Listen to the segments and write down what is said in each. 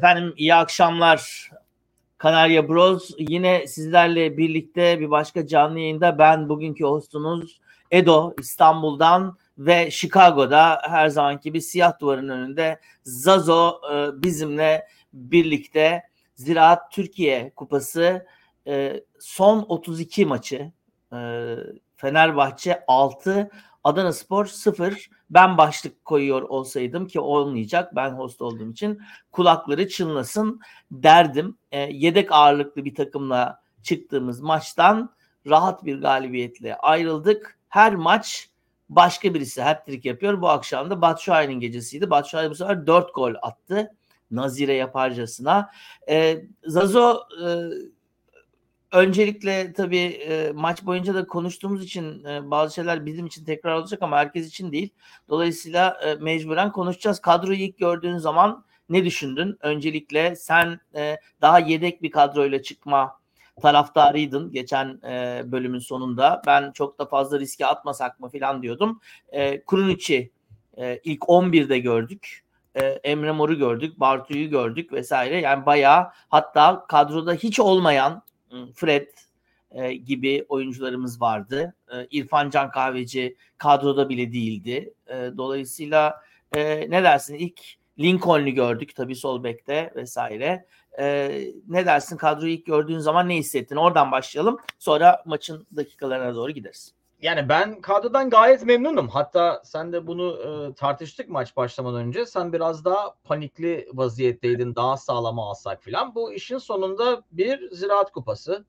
Efendim iyi akşamlar. Kanarya Bros yine sizlerle birlikte bir başka canlı yayında. Ben bugünkü hostunuz Edo İstanbul'dan ve Chicago'da her zamanki gibi siyah duvarın önünde Zazo bizimle birlikte. Ziraat Türkiye Kupası son 32 maçı Fenerbahçe 6, Adanaspor 0. Ben başlık koyuyor olsaydım ki olmayacak, ben host olduğum için kulakları çınlasın derdim. Yedek ağırlıklı bir takımla çıktığımız maçtan rahat bir galibiyetle ayrıldık. Her maç başka birisi hat-trick yapıyor. Bu akşam da Batshuayi'nin gecesiydi. Batshuayi bu sefer 4 gol attı. Nazire yaparcasına. Zazo, öncelikle tabii maç boyunca da konuştuğumuz için bazı şeyler bizim için tekrar olacak ama herkes için değil. Dolayısıyla mecburen konuşacağız. Kadroyu ilk gördüğün zaman ne düşündün? Öncelikle sen daha yedek bir kadroyla çıkma taraftarıydın geçen bölümün sonunda. Ben çok da fazla riske atmasak mı falan diyordum. Krunic'i ilk 11'de gördük. Emre Mor'u gördük, Bartu'yu gördük vesaire. Yani bayağı, hatta kadroda hiç olmayan Fred gibi oyuncularımız vardı. İrfan Can Kahveci kadroda bile değildi. Dolayısıyla ne dersin? İlk Lincoln'u gördük tabii sol bekte vesaire. Ne dersin, kadroyu ilk gördüğün zaman ne hissettin? Oradan başlayalım. Sonra maçın dakikalarına doğru gideriz. Yani ben kadrodan gayet memnunum. Hatta sen de bunu tartıştık maç başlamadan önce. Sen biraz daha panikli vaziyetteydin. Daha sağlama alsak filan. Bu işin sonunda bir Ziraat Kupası.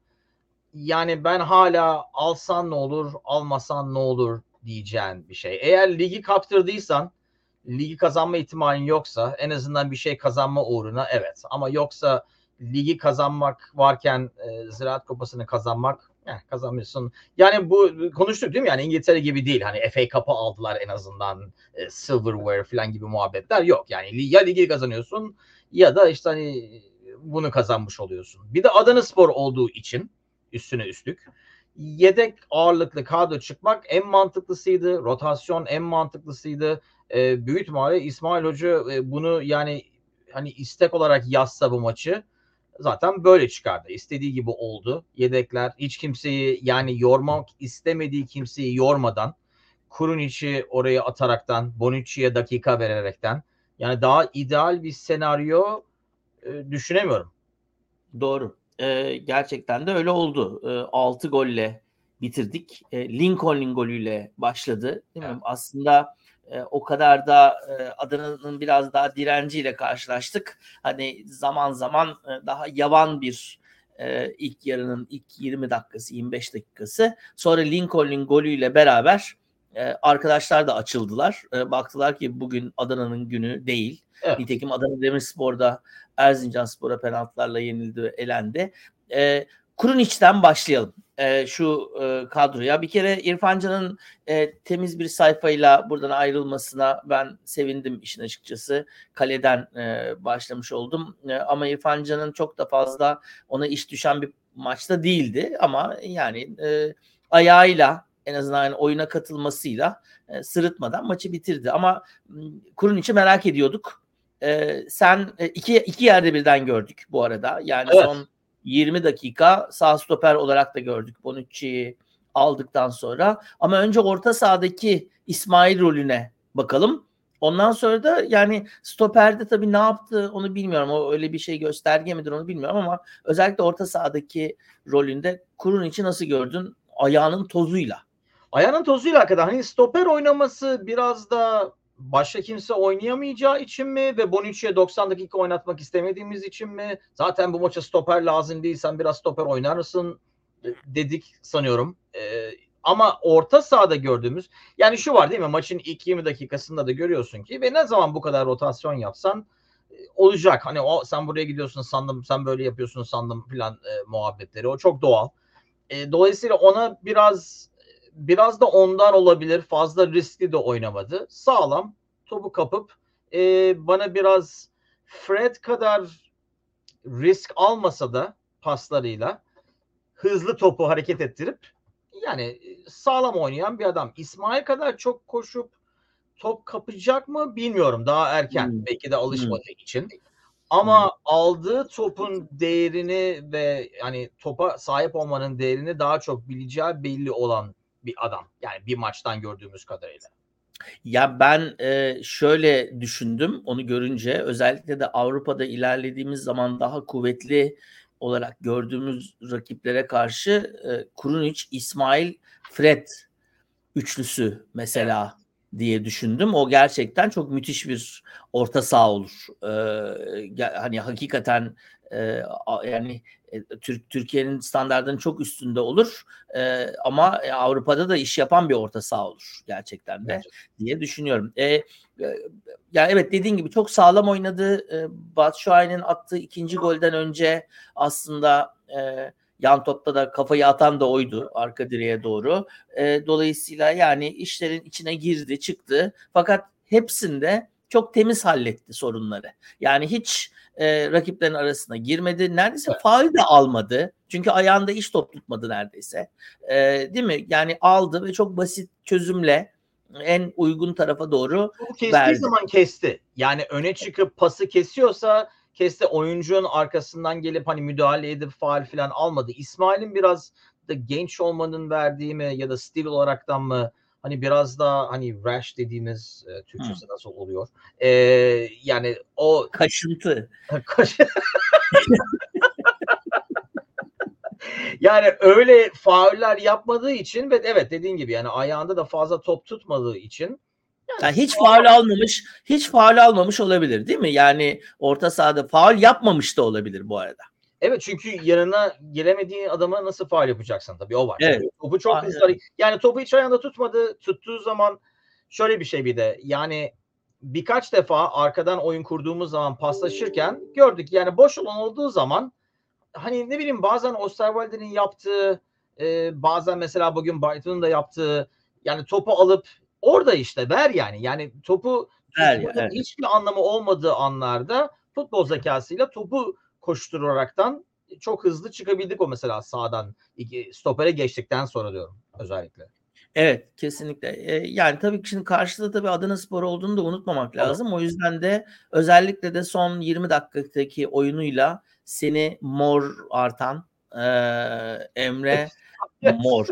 Yani ben hala alsan ne olur, almasan ne olur diyeceğin bir şey. Eğer ligi kaptırdıysan, ligi kazanma ihtimalin yoksa, en azından bir şey kazanma uğruna evet. Ama yoksa ligi kazanmak varken Ziraat Kupası'nı kazanmak, kazanmıyorsun. Yani bu konuştuk değil mi? Yani İngiltere gibi değil. Hani FA Cup'ı aldılar en azından, silverware falan gibi muhabbetler yok. Yani ya ligi kazanıyorsun ya da işte hani bunu kazanmış oluyorsun. Bir de Adanaspor olduğu için üstüne üstlük yedek ağırlıklı kadro çıkmak en mantıklısıydı. Rotasyon en mantıklısıydı. Büyük ihtimalle İsmail Hoca bunu yani hani istek olarak yazsa bu maçı zaten böyle çıkardı. İstediği gibi oldu. Yedekler hiç kimseyi, yani yormak istemediği kimseyi yormadan, Krunic'i oraya ataraktan, Bonucci'ye dakika vererekten, yani daha ideal bir senaryo düşünemiyorum. Doğru. Gerçekten de öyle oldu. 6 golle bitirdik. Lincoln'in golüyle başladı. Değil mi? Aslında o kadar da Adana'nın biraz daha direnciyle karşılaştık. Hani zaman zaman daha yavan bir ilk yarının ilk 20 dakikası, 25 dakikası. Sonra Lincoln'in golüyle beraber arkadaşlar da açıldılar. Baktılar ki bugün Adana'nın günü değil. Evet. Nitekim Adana Demirspor'da Erzincanspor'a penaltılarla yenildi, elendi. Krunic'ten başlayalım. Şu kadroya. Bir kere İrfan Can'ın temiz bir sayfayla buradan ayrılmasına ben sevindim işin açıkçası. Kaleden başlamış oldum. Ama İrfan Can'ın çok da fazla ona iş düşen bir maçta değildi. Ama yani ayağıyla, en azından yani oyuna katılmasıyla sırıtmadan maçı bitirdi. Ama Krunic'i merak ediyorduk. Sen iki yerde birden gördük bu arada. Yani Evet. son 20 dakika sağ stoper olarak da gördük Bonucci'yi aldıktan sonra. Ama önce orta sahadaki İsmail rolüne bakalım. Ondan sonra da yani stoperde tabii ne yaptı onu bilmiyorum. O öyle bir şey gösterge midir onu bilmiyorum ama özellikle orta sahadaki rolünde Krunic'i nasıl gördün? Ayağının tozuyla. Ayağının tozuyla hakikaten. Hani stoper oynaması biraz da başka kimse oynayamayacağı için mi ve Bonucci'ye 90 dakika oynatmak istemediğimiz için mi? Zaten bu maça stoper lazım değil, sen biraz stoper oynar mısın dedik sanıyorum. Ama orta sahada gördüğümüz, yani şu var değil mi? Maçın ilk 20 dakikasında da görüyorsun ki ve ne zaman bu kadar rotasyon yapsan olacak. Hani o sen buraya gidiyorsun sandım, sen böyle yapıyorsun sandım filan muhabbetleri. O çok doğal. Dolayısıyla ona biraz da ondan olabilir. Fazla riskli de oynamadı. Sağlam topu kapıp bana biraz Fred kadar risk almasa da paslarıyla hızlı topu hareket ettirip yani sağlam oynayan bir adam. İsmail kadar çok koşup top kapacak mı bilmiyorum. Daha erken. Belki de alışmadığı için. Ama aldığı topun değerini ve hani topa sahip olmanın değerini daha çok bileceği belli olan bir adam. Yani bir maçtan gördüğümüz kadarıyla. Ya ben şöyle düşündüm onu görünce, özellikle de Avrupa'da ilerlediğimiz zaman daha kuvvetli olarak gördüğümüz rakiplere karşı Krunic, İsmail, Fred üçlüsü Evet. mesela diye düşündüm. O gerçekten çok müthiş bir orta saha olur. Hani hakikaten yani Türkiye'nin standartının çok üstünde olur. Ama Avrupa'da da iş yapan bir orta saha olur gerçekten de Bence. diye düşünüyorum. Ya evet, dediğin gibi çok sağlam oynadı. Batshuayi'nin attığı ikinci golden önce aslında yan topta da kafayı atan da oydu arka direğe doğru. Dolayısıyla yani işlerin içine girdi, çıktı. Fakat hepsinde çok temiz halletti sorunları. Yani hiç rakiplerin arasına girmedi. Neredeyse Evet. faul de almadı. Çünkü ayağında hiç top tutmadı neredeyse. Değil mi? Yani aldı ve çok basit çözümle en uygun tarafa doğru Bu kestiği verdi. zaman kesti. Yani öne çıkıp pası kesiyorsa kesti, oyuncunun arkasından gelip hani müdahale edip faul falan almadı. İsmail'in biraz da genç olmanın verdiği mi ya da stil olaraktan mı hani biraz daha hani rash dediğimiz Türkçesi nasıl oluyor? Yani o Kaşıntı. yani öyle fauller yapmadığı için ve evet dediğin gibi yani ayağında da fazla top tutmadığı için yani Yani hiç faul almamış olabilir değil mi? Yani orta sahada faul yapmamış da olabilir bu arada. evet, çünkü yanına gelemediğin adama nasıl faul yapacaksın, tabii o var. Evet. Topu çok hızlı Aynen. yani topu hiç ayağında tutmadı. Tuttuğu zaman şöyle bir şey, bir de yani birkaç defa arkadan oyun kurduğumuz zaman paslaşırken gördük. Yani boş olan olduğu zaman hani ne bileyim bazen Osterwalder'in yaptığı bazen mesela bugün Brighton'un da yaptığı yani topu alıp orada işte ver yani. Yani topu Ver ya, tutmanın evet. hiçbir anlamı olmadığı anlarda futbol zekasıyla topu koşturaraktan çok hızlı çıkabildik o mesela sağdan. Stopere geçtikten sonra diyorum özellikle. Evet, kesinlikle. Yani tabii ki şimdi karşıda tabii Adanaspor olduğunu da unutmamak Tabii. lazım. O yüzden de özellikle de son 20 dakikadaki oyunuyla seni Mor artan Emre Mor.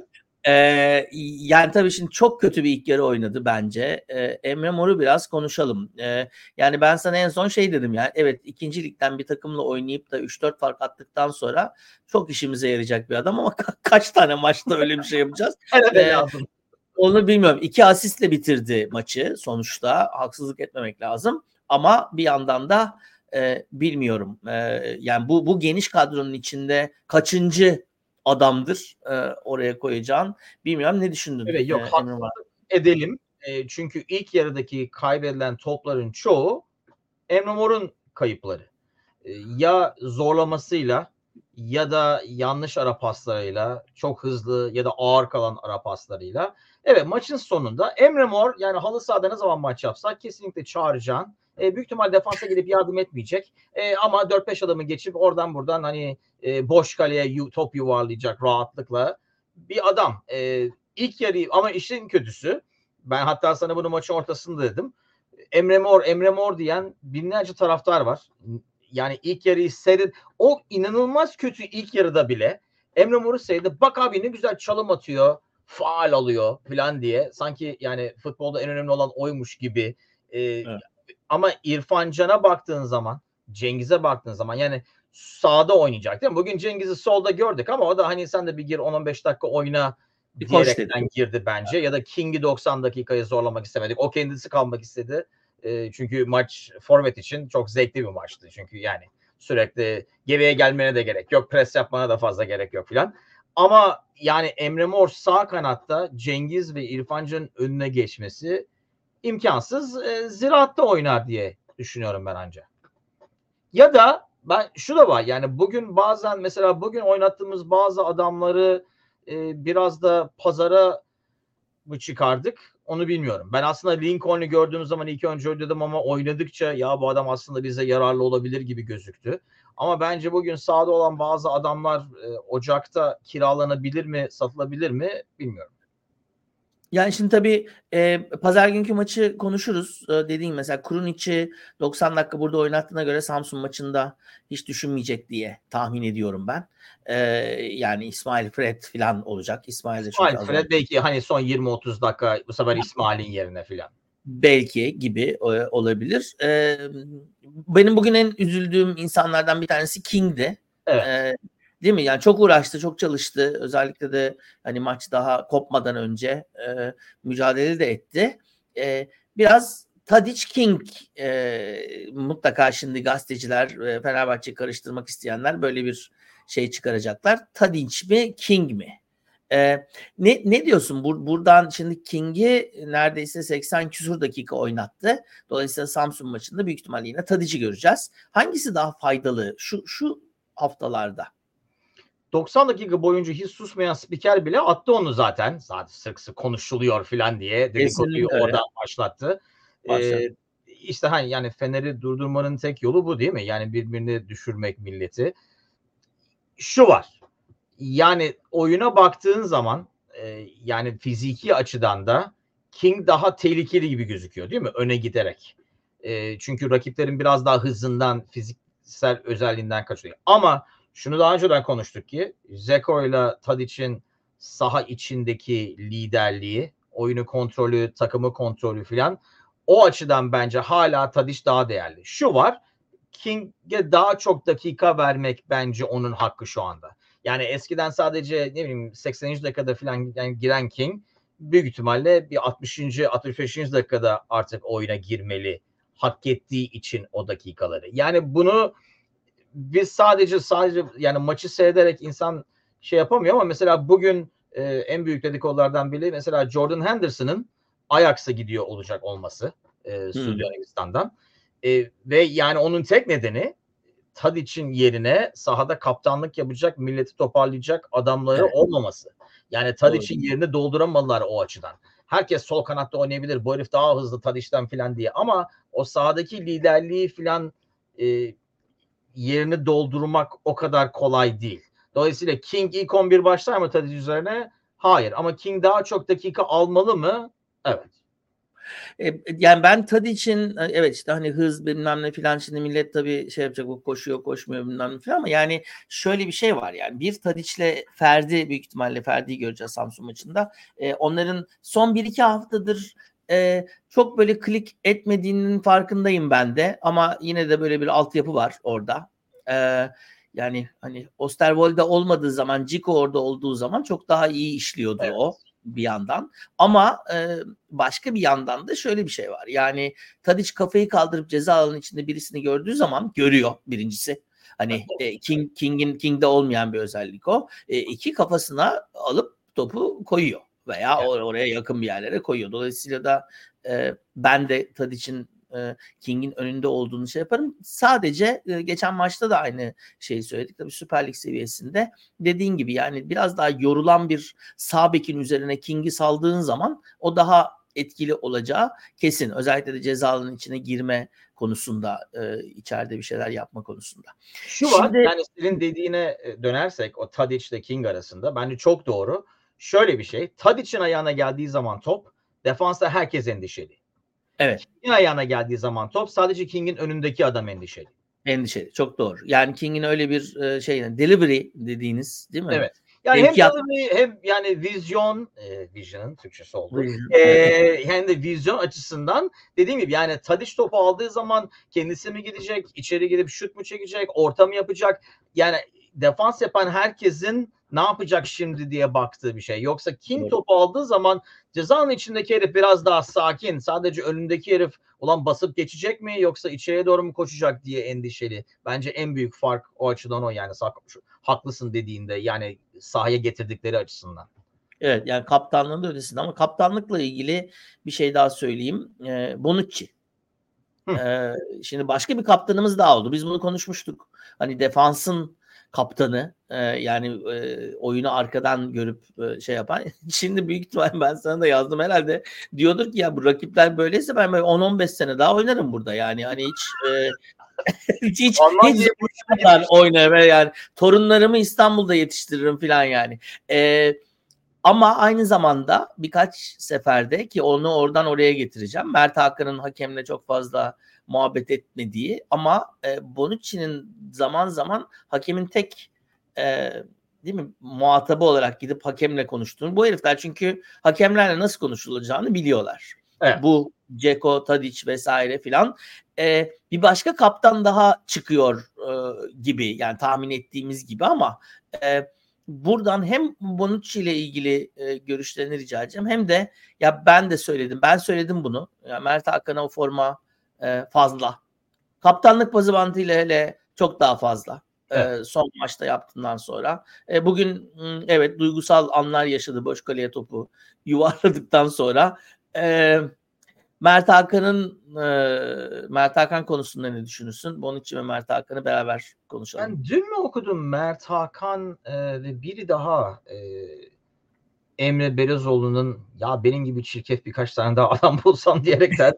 Yani tabii şimdi çok kötü bir ilk yarı oynadı bence. Emre Mor'u biraz konuşalım. Yani ben sana en son şey dedim ya. Evet, ikinci ligden bir takımla oynayıp da 3-4 fark attıktan sonra çok işimize yarayacak bir adam ama kaç tane maçta öyle bir şey yapacağız? Herhalde lazım. Onu bilmiyorum. 2 asistle bitirdi maçı sonuçta. Haksızlık etmemek lazım. Ama bir yandan da bilmiyorum. Yani bu geniş kadronun içinde kaçıncı adamdır oraya koyacağın? Bilmiyorum. Ne düşündün Evet, yok Emre var? haksızlık edelim. Çünkü ilk yarıdaki kaybedilen topların çoğu Emre Mor'un kayıpları. Ya zorlamasıyla ya da yanlış ara paslarıyla, çok hızlı ya da ağır kalan ara paslarıyla. Evet, maçın sonunda Emre Mor yani halı sahada ne zaman maç yapsak kesinlikle çağıracağın. Büyük ihtimal defansa gidip yardım etmeyecek. Ama 4-5 adamı geçip oradan buradan hani boş kaleye top yuvarlayacak rahatlıkla bir adam. İlk yarıyı ama işin kötüsü ben hatta sana bunu maçın ortasında dedim. Emre Mor diyen binlerce taraftar var. Yani ilk yarıyı seyret. O inanılmaz kötü ilk yarıda bile Emre Mor'u seyredip bak abi ne güzel çalım atıyor, faal alıyor falan diye. Sanki yani futbolda en önemli olan oymuş gibi. Ee, Evet. Ama İrfan Can'a baktığın zaman, Cengiz'e baktığın zaman yani sağda oynayacak değil mi? Bugün Cengiz'i solda gördük ama o da hani sen de bir gir 10-15 dakika oyna Bir koş dedi. diyerekten girdi bence. Ya da King'i 90 dakikayı zorlamak istemedik. O kendisi kalmak istedi. Çünkü maç forvet için çok zevkli bir maçtı. Çünkü yani sürekli geriye gelmene de gerek yok. Pres yapmana da fazla gerek yok filan. Ama yani Emre Mor sağ kanatta Cengiz ve İrfan Can'ın önüne geçmesi imkansız. Ziraat'ta oynar diye düşünüyorum ben ancak. Ya da ben şu da var yani bugün bazen mesela bugün oynattığımız bazı adamları biraz da pazara mı çıkardık onu bilmiyorum. Ben aslında Lincoln'u gördüğüm zaman ilk önce dedim ama oynadıkça ya bu adam aslında bize yararlı olabilir gibi gözüktü. Ama bence bugün sahada olan bazı adamlar Ocak'ta kiralanabilir mi, satılabilir mi bilmiyorum. Yani şimdi tabii pazar günkü maçı konuşuruz. Dediğim mesela Krunic'i 90 dakika burada oynattığına göre Samsun maçında hiç düşünmeyecek diye tahmin ediyorum ben. Yani İsmail Fred falan olacak. İsmail de çünkü İsmail az Fred belki hani son 20-30 dakika bu sefer İsmail'in yerine falan. belki gibi olabilir. Benim bugün en üzüldüğüm insanlardan bir tanesi King'di. Evet. Değil mi? Yani çok uğraştı, çok çalıştı. Özellikle de hani maç daha kopmadan önce mücadele de etti. Biraz Tadic King mutlaka şimdi gazeteciler Fenerbahçe karıştırmak isteyenler böyle bir şey çıkaracaklar. Tadic mi King mi? Ne diyorsun? Buradan şimdi King'i neredeyse 80 küsur dakika oynattı. Dolayısıyla Samsun maçında büyük ihtimalle yine Tadic'i göreceğiz. Hangisi daha faydalı şu haftalarda? 90 dakika boyunca hiç susmayan spiker bile attı onu zaten. Zaten sık sık konuşuluyor falan diye dedikoduyu Kesinlikle öyle. orada başlattı. Başladı. İşte hani yani Fener'i durdurmanın tek yolu bu değil mi? Yani birbirini düşürmek milleti. Şu var. Yani oyuna baktığın zaman yani fiziki açıdan da King daha tehlikeli gibi gözüküyor değil mi? Öne giderek. Çünkü rakiplerin biraz daha hızından, fiziksel özelliğinden kaçıyor. Ama şunu daha önceden konuştuk ki Dzeko ile Tadic'in saha içindeki liderliği, oyunu kontrolü, takımı kontrolü filan o açıdan bence hala Tadic daha değerli. Şu var, King'e daha çok dakika vermek bence onun hakkı şu anda. Yani eskiden sadece ne bileyim 80. dakikada falan yani giren King büyük ihtimalle bir 60. 65. dakikada artık oyuna girmeli. Hak ettiği için o dakikaları. Yani bunu biz sadece yani maçı seyrederek insan şey yapamıyor ama mesela bugün en büyük dedikodulardan biri mesela Jordan Henderson'ın Ajax'a gidiyor olacak olması Suudi Arabistan'dan. Ve yani onun tek nedeni Tadic'in yerine sahada kaptanlık yapacak, milleti toparlayacak adamları Evet, olmaması. Yani doğru. Tadic'in yerini dolduramadılar o açıdan. Herkes sol kanatta oynayabilir. Bu herif daha hızlı Tadic'ten falan diye. Ama o sahadaki liderliği falan yerini doldurmak o kadar kolay değil. Dolayısıyla King ilk 11 başlar mı Tadic üzerine? Hayır. Ama King daha çok dakika almalı mı? Evet. Yani ben Tadic'in evet işte hani hız bilmem ne filan şimdi millet tabii şey yapacak o koşuyor koşmuyor bilmem ne filan ama yani şöyle bir şey var yani bir Tadic'le Ferdi büyük ihtimalle Ferdi'yi göreceğiz Samsun maçında. Onların son 1-2 haftadır çok böyle klik etmediğinin farkındayım ben de ama yine de böyle bir altyapı var orada. Yani hani Osterwolde olmadığı zaman Ciku orada olduğu zaman çok daha iyi işliyordu Evet. o bir yandan. Ama başka bir yandan da şöyle bir şey var. Yani Tadic kafayı kaldırıp ceza alanının içinde birisini gördüğü zaman görüyor birincisi. Hani King'de olmayan bir özellik o. İki kafasına alıp topu koyuyor veya Evet. oraya yakın bir yerlere koyuyor. Dolayısıyla da ben de Tadic'in King'in önünde olduğunu şey yaparım. Sadece geçen maçta da aynı şeyi söyledik. Tabii Süper Lig seviyesinde dediğin gibi yani biraz daha yorulan bir sağ bekin üzerine King'i saldığın zaman o daha etkili olacağı kesin. Özellikle de ceza alanının içine girme konusunda içeride bir şeyler yapma konusunda. Şu var Şimdi yani senin dediğine dönersek o Tadic ile King arasında bence çok doğru. Şöyle bir şey. Tadic'in ayağına geldiği zaman top defansta herkes endişeli. evet King'in ayağına geldiği zaman top sadece King'in önündeki adam endişeli. endişeli çok doğru. Yani King'in öyle bir şey delivery dediğiniz değil mi? Evet. Yani hem Sevkiyat delivery hem yani vizyon, vision'ın Türkçesi oldu. evet. Hem de vizyon açısından dediğim gibi yani Tadic topu aldığı zaman kendisi mi gidecek, içeri gidip şut mu çekecek, orta mı yapacak? Yani defans yapan herkesin ne yapacak şimdi diye baktığı bir şey. Yoksa King Doğru. topu aldığı zaman cezanın içindeki herif biraz daha sakin. Sadece önündeki herif ulan basıp geçecek mi yoksa içeriye doğru mu koşacak diye endişeli. Bence en büyük fark o açıdan o yani haklısın dediğinde yani sahaya getirdikleri açısından. Evet yani kaptanlığın da ötesinde ama kaptanlıkla ilgili bir şey daha söyleyeyim. Bonucci. Hı. Şimdi başka bir kaptanımız daha oldu. Biz bunu konuşmuştuk. Hani defansın kaptanı yani oyunu arkadan görüp şey yapan. Şimdi büyük ihtimal ben sana da yazdım herhalde. Diyordur ki ya bu rakipler böyleyse ben böyle 10-15 sene daha oynarım burada. Yani hani hiç Almanya'ya bu kadar oynaya ve yani torunlarımı İstanbul'da yetiştiririm falan yani. Ama aynı zamanda birkaç seferde ki onu oradan oraya getireceğim. Mert Hakan'ın hakemle çok fazla muhabbet etmediği ama Bonucci'nin zaman zaman hakemin tek değil mi muhatabı olarak gidip hakemle konuştuğunu. Bu herifler çünkü hakemlerle nasıl konuşulacağını biliyorlar. Evet. Bu Dzeko, Tadic vesaire filan. Bir başka kaptan daha çıkıyor gibi yani tahmin ettiğimiz gibi ama buradan hem Bonucci ile ilgili görüşlerini rica edeceğim hem de ya ben söyledim bunu. Ya Mert Hakan'a o forma fazla. Kaptanlık bazı bantıyla hele çok daha fazla. Evet. Son maçta yaptığından sonra. Bugün evet duygusal anlar yaşadı boş kaleye topu yuvarladıktan sonra. Mert Hakan konusunda ne düşünürsün? Bonucci ve Mert Hakan'ı beraber konuşalım. Ben dün mü okudum Mert Hakan ve biri daha Emre Belözoğlu'nun ya benim gibi çirkef birkaç tane daha adam bulsam diyerekten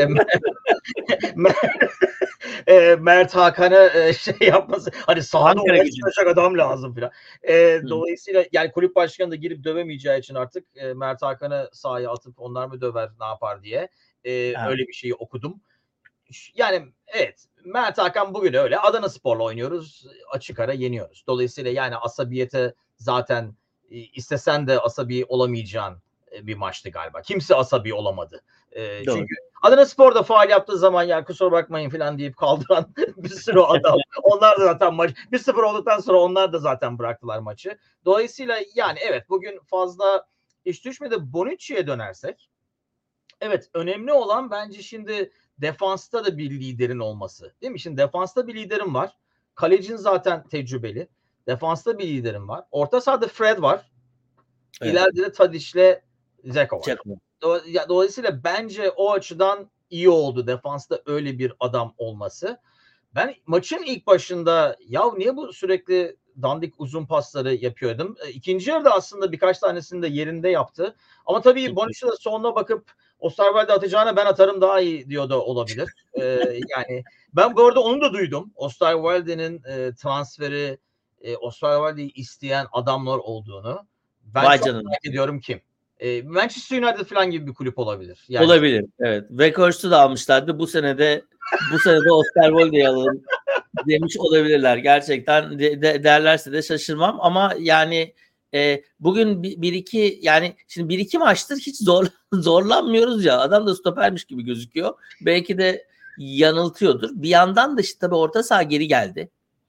Mert Hakan'a şey yapması hani sahada uğraşacak adam lazım falan. Dolayısıyla yani kulüp başkanı da girip dövemeyeceği için artık Mert Hakan'ı sahaya atıp onlar mı döver ne yapar diye öyle bir şeyi okudum. Yani evet Mert Hakan bugün öyle Adanaspor'la oynuyoruz açık ara yeniyoruz. Dolayısıyla yani asabiyete zaten istesen de asabi olamayacağın bir maçtı galiba. Kimse asabi olamadı. Çünkü Adanaspor'da faal yaptığı zaman ya kusura bakmayın falan deyip kaldıran bir sürü adam. Onlar da zaten maç 1-0 olduktan sonra onlar da zaten bıraktılar maçı. Dolayısıyla yani evet bugün fazla iş düşmedi. Bonucci'ye dönersek evet önemli olan bence şimdi defansta da bir liderin olması. Değil mi? Şimdi defansta bir liderin var. Kalecin zaten tecrübeli. Defansta bir liderin var. Orta sahada Fred var. Evet. İleride de Tadic'le Dzeko var. Dolayısıyla bence o açıdan iyi oldu defansta öyle bir adam olması. Ben maçın ilk başında ya niye bu sürekli dandik uzun pasları yapıyordum. İkinci yarıda aslında birkaç tanesini de yerinde yaptı. Ama tabii Bonucci da sonuna bakıp Osterwalde atacağına ben atarım daha iyi diyor da olabilir. Yani ben bu arada onu da duydum. Osterwalde'nin transferi Osterwalde'yi isteyen adamlar olduğunu. Ben çok merak ediyorum kim? Manchester United falan gibi bir kulüp olabilir. Yani, olabilir. Evet. Weghorst'u da almışlardı. Bu sene de Osterwalde'yi alalım demiş olabilirler. Gerçekten derlerse de şaşırmam ama yani bugün bir iki yani şimdi 1-2 maçtır hiç zorlanmıyoruz ya. Adam da stopermiş gibi gözüküyor. Belki de yanıltıyordur. Bir yandan da işte tabii orta saha geri geldi.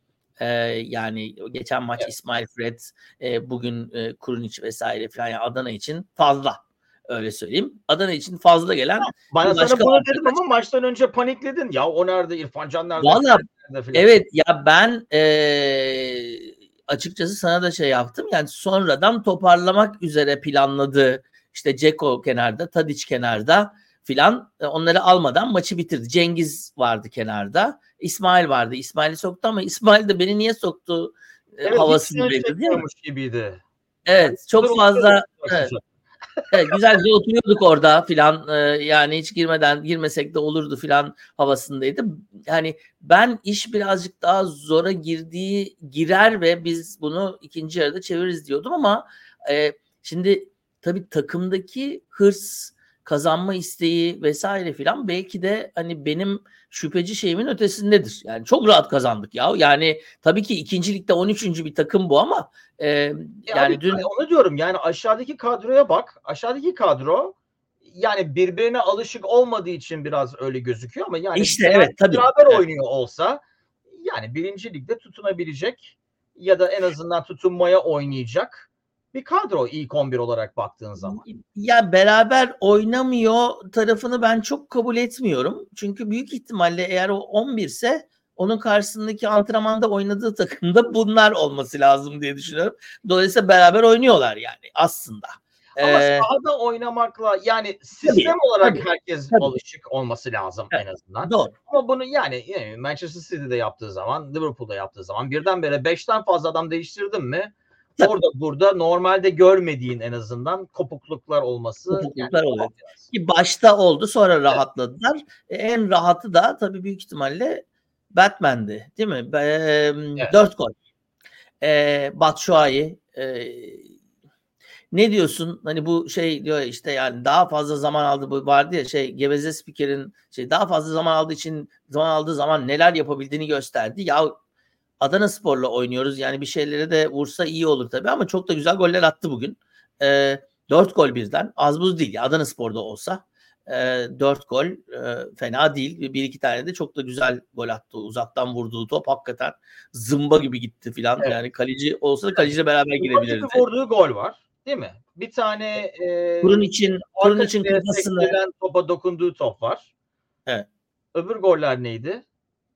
Yani geçen maç evet. İsmail Fred bugün Kurunic vesaire falan yani Adana için fazla. Öyle söyleyeyim. Adana için fazla gelen bana sana bunu dedim ama maçtan önce panikledin. Ya o nerede? İrfan Can nerede? Valla evet ya ben açıkçası sana da şey yaptım. Yani sonradan toparlamak üzere planladı. İşte Dzeko kenarda, Tadic kenarda filan onları almadan maçı bitirdi. Cengiz vardı kenarda. İsmail vardı. İsmail'i soktu ama İsmail de beni niye soktu evet, havasını verdi değil mi? Gibiydi. Evet yani, çok fazla evet, güzel oturuyorduk orada filan yani hiç girmesek de olurdu filan havasındaydı. Yani ben iş birazcık daha zora girer ve biz bunu ikinci yarıda çeviririz diyordum ama şimdi tabii takımdaki hırs, kazanma isteği vesaire filan belki de hani benim şüpheci şeyimin ötesindedir. Yani çok rahat kazandık ya. Yani tabii ki ikincilikte 13. bir takım bu ama yani dün onu diyorum yani aşağıdaki kadroya bak. Aşağıdaki kadro yani birbirine alışık olmadığı için biraz öyle gözüküyor ama yani işte evet tabii beraber oynuyor olsa yani birinci ligde tutunabilecek ya da en azından tutunmaya oynayacak bir kadro ilk 11 olarak baktığın zaman. Ya beraber oynamıyor tarafını ben çok kabul etmiyorum. Çünkü büyük ihtimalle eğer o 11 ise onun karşısındaki antrenmanda oynadığı takımda bunlar olması lazım diye düşünüyorum. Dolayısıyla beraber oynuyorlar yani aslında. Ama sahada oynamakla yani sistem olarak herkes alışık olması lazım en azından. Doğru. Ama bunu yani Manchester City'de yaptığı zaman, Liverpool'da yaptığı zaman birdenbire 5'ten fazla adam değiştirdin mi? Orada burada normalde görmediğin en azından kopukluklar olması. Yani oluyor. Ki başta oldu sonra rahatladılar. En rahatı da tabii büyük ihtimalle Batman'di değil mi? 4 gol. Batshuayi Ne diyorsun? Hani bu şey diyor işte yani daha fazla zaman aldı, bu vardı ya Geveze spikerin daha fazla zaman aldığı zaman neler yapabildiğini gösterdi. Ya Adanaspor'la oynuyoruz. Yani bir şeylere de vursa iyi olur tabii ama çok da güzel goller attı bugün. 4 gol birden. Az buz değil. Adanaspor'da olsa 4 gol fena değil. Bir iki tane de çok da güzel gol attı. Uzaktan vurduğu top hakikaten zımba gibi gitti filan. Evet. Yani kaleci olsa da kaleciyle beraber Zımba gibi girebilirdi. vurduğu gol var. Değil mi? Bir tane Turun arka için direğe kafasını sektirilen topa dokunduğu top var. evet. Öbür goller neydi?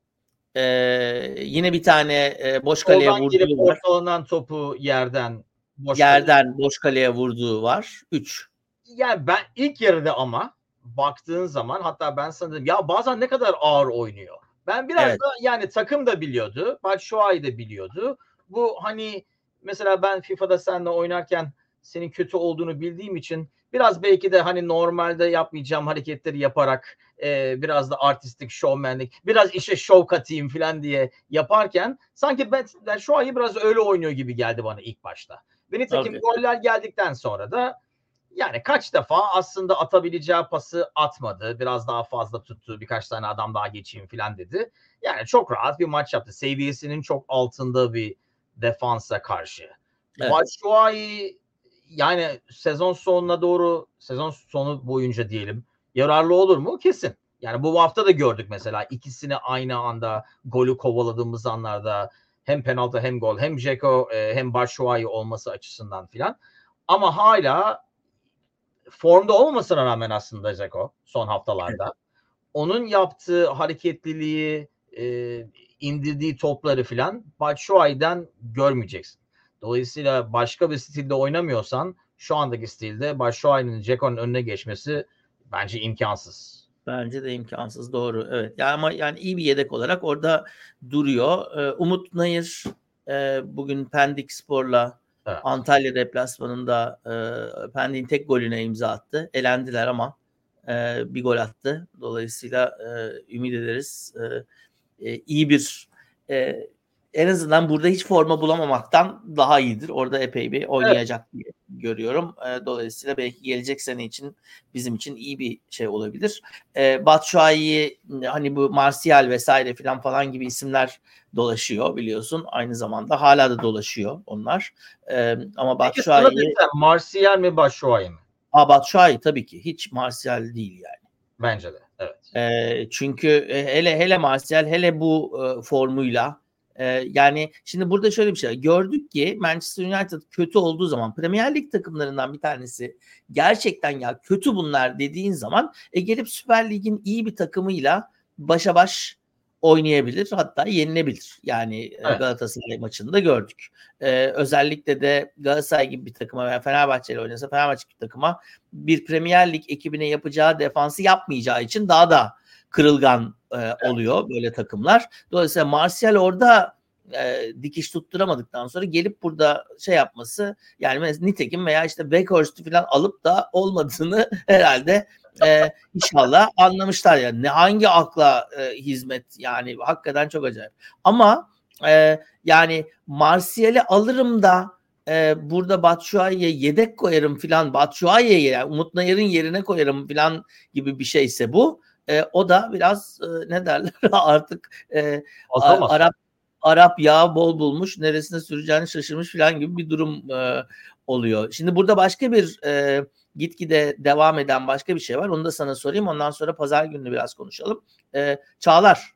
Yine bir tane boş kaleye Soldan girip vurduğu var. ortalanan topu yerden boş kaleye. Yerden boş kaleye vurduğu var. 3. Yani ben ilk yarıda ama baktığın zaman hatta ben sanırım ya bazen ne kadar ağır oynuyor. Ben biraz Evet. da yani takım da biliyordu. Batshuayi de biliyordu. Bu hani mesela ben FIFA'da seninle oynarken senin kötü olduğunu bildiğim için biraz belki de hani normalde yapmayacağım hareketleri yaparak biraz da artistik, şovmenlik, biraz işe şov katayım falan diye yaparken sanki ben şu ayı biraz öyle oynuyor gibi geldi bana ilk başta. Ve nitekim Okay. goller geldikten sonra da yani kaç defa aslında atabileceği pası atmadı. Biraz daha fazla tuttu. Birkaç tane adam daha geçeyim falan dedi. Yani çok rahat bir maç yaptı. Seviyesinin çok altında bir defansa karşı. Evet. Batshuayi yani sezon sonuna doğru, sezon sonu boyunca diyelim yararlı olur mu? Kesin. Yani bu hafta da gördük mesela ikisini aynı anda golü kovaladığımız anlarda hem penaltı hem gol hem Dzeko hem Batshuayi olması açısından filan. Ama hala formda olmamasına rağmen aslında Dzeko son haftalarda onun yaptığı hareketliliği, indirdiği topları filan Batshuayi'den görmeyeceksin. Dolayısıyla başka bir stilde oynamıyorsan şu andaki stilde Batshuayi'nin Dzeko'nun önüne geçmesi bence imkansız. Bence de imkansız. Doğru. Evet. Ya ama yani iyi bir yedek olarak orada duruyor. Umut Nayır bugün Pendikspor'la Evet. Antalya deplasmanında Pendik'in tek golüne imza attı. Elendiler ama bir gol attı. Dolayısıyla ümit ederiz. İyi bir en azından burada hiç forma bulamamaktan daha iyidir. Orada epey bir Evet. oynayacak diye görüyorum. Dolayısıyla belki gelecek sene için bizim için iyi bir şey olabilir. Batshuayi hani bu Martial vesaire falan gibi isimler dolaşıyor biliyorsun. Aynı zamanda hala da dolaşıyor onlar. Ama Peki sana Batshuayi desem Martial mi Batshuayi mi? Batshuayi tabii ki hiç Martial değil yani. Bence de. Evet. Çünkü hele Martial hele bu formuyla yani şimdi burada şöyle bir şey gördük ki Manchester United kötü olduğu zaman Premier Lig takımlarından bir tanesi gerçekten ya kötü bunlar dediğin zaman gelip Süper Lig'in iyi bir takımıyla başa baş oynayabilir hatta yenilebilir. Yani Evet. Galatasaray maçında gördük. Özellikle de Galatasaray gibi bir takıma veya Fenerbahçe ile oynasa Fenerbahçe gibi bir takıma bir Premier Lig ekibine yapacağı defansı yapmayacağı için daha da kırılgan oluyor böyle takımlar. Dolayısıyla Martial orada dikiş tutturamadıktan sonra gelip burada şey yapması yani mesela nitekim veya işte Weghorst'u falan alıp da olmadığını herhalde inşallah anlamışlar yani. Ne hangi akla hizmet yani hakikaten çok acayip. Ama yani Martial'i alırım da burada Batshuayi'ye yedek koyarım filan Batshuayi'ye yani Umut Nayır'ın yerine koyarım filan gibi bir şeyse bu. O da biraz ne derler artık Azamaz. Arap yağı bol bulmuş neresine süreceğini şaşırmış filan gibi bir durum oluyor. Şimdi burada başka bir gitgide devam eden başka bir şey var. Onu da sana sorayım. Ondan sonra pazar gününü biraz konuşalım. Çağlar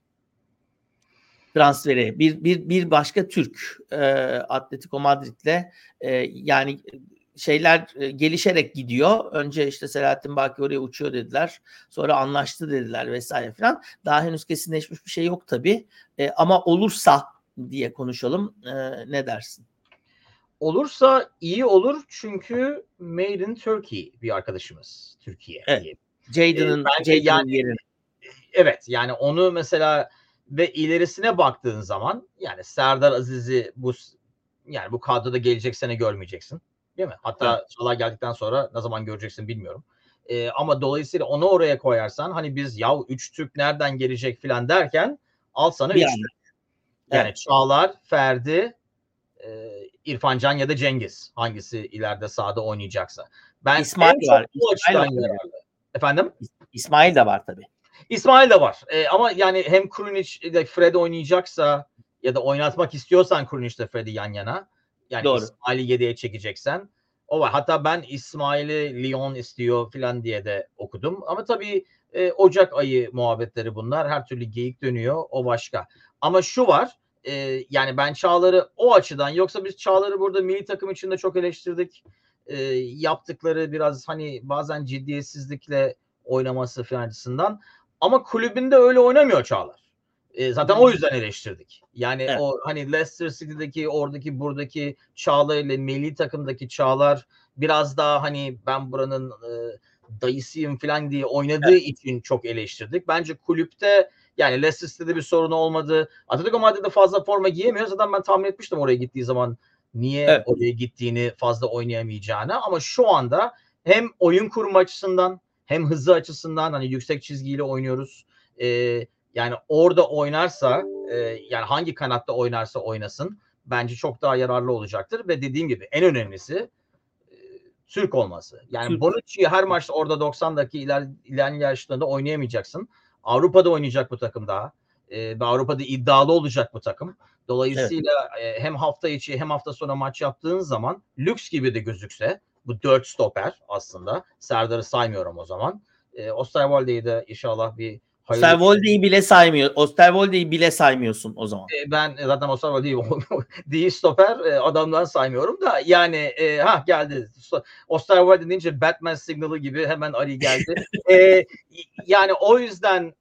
transferi bir başka Türk Atletico Madrid'le yani şeyler gelişerek gidiyor. Önce işte Selahattin Baki oraya uçuyor dediler. Sonra anlaştı dediler vesaire falan. Daha henüz kesinleşmiş bir şey yok tabii. Ama olursa diye konuşalım. Ne dersin? Olursa iyi olur çünkü Made in Turkey bir arkadaşımız. Türkiye Evet. diye. Bence yani Jadon'ın yerine. evet yani onu mesela ve ilerisine baktığın zaman yani Serdar Aziz'i yani bu kadroda gelecek sene görmeyeceksin. Değil mi? Hatta Evet. Salah geldikten sonra ne zaman göreceksin bilmiyorum. Ama dolayısıyla onu oraya koyarsan hani biz ya 3 Türk nereden gelecek filan derken al sana Bir 3 anda. Türk. Yani Evet. Çağlar, Ferdi, İrfan Can ya da Cengiz. Hangisi ileride sahada oynayacaksa. Ben İsmail en çok var. bu İsmail açıdan var. yararlı. Efendim? İsmail de var tabii. İsmail de var. Ama yani hem Krunic ile Fred oynayacaksa ya da oynatmak istiyorsan Krunic ile Fred'i yan yana, yani Doğru. İsmail'i 7'ye çekeceksen o var. Hatta ben İsmail'i Lyon istiyor falan diye de okudum. Ama tabii Ocak ayı muhabbetleri bunlar. Her türlü geyik dönüyor. O başka. Ama şu var. Yani ben Çağlar'ı o açıdan, yoksa biz Çağlar'ı burada milli takım içinde çok eleştirdik. Yaptıkları biraz hani bazen ciddiyetsizlikle oynaması falan açısından. Ama kulübünde öyle oynamıyor Çağlar. Zaten o yüzden eleştirdik. Yani Evet. o hani Leicester City'deki oradaki buradaki Çağlar ile milli takımdaki Çağlar biraz daha hani ben buranın dayısıyım falan diye oynadığı için çok eleştirdik. Bence kulüpte yani Leicester City'de bir sorunu olmadı. Atletico Madrid'de fazla forma giyemiyor. Zaten ben tahmin etmiştim oraya gittiği zaman niye oraya gittiğini, fazla oynayamayacağını. Ama şu anda hem oyun kurma açısından hem hızı açısından hani yüksek çizgiyle oynuyoruz. Yani orada oynarsa yani hangi kanatta oynarsa oynasın bence çok daha yararlı olacaktır ve dediğim gibi en önemlisi Türk olması. Yani Bonucci'yi her maçta orada 90 dakika ilerleyen yaşlarında oynayamayacaksın. Avrupa'da oynayacak bu takım daha. Ve Avrupa'da iddialı olacak bu takım. Dolayısıyla hem hafta içi hem hafta sonu maç yaptığın zaman lüks gibi de gözükse bu 4 stoper aslında. Serdar'ı saymıyorum o zaman. Osterwolde'yi de inşallah bir Osterwolde'yi bile saymıyor. Osterwolde'yi bile saymıyorsun o zaman. Ben zaten Osterwolde değil stoper adamdan saymıyorum da yani geldi. Osterwolde deyince Batman signalı gibi hemen Ali geldi. Yani o yüzden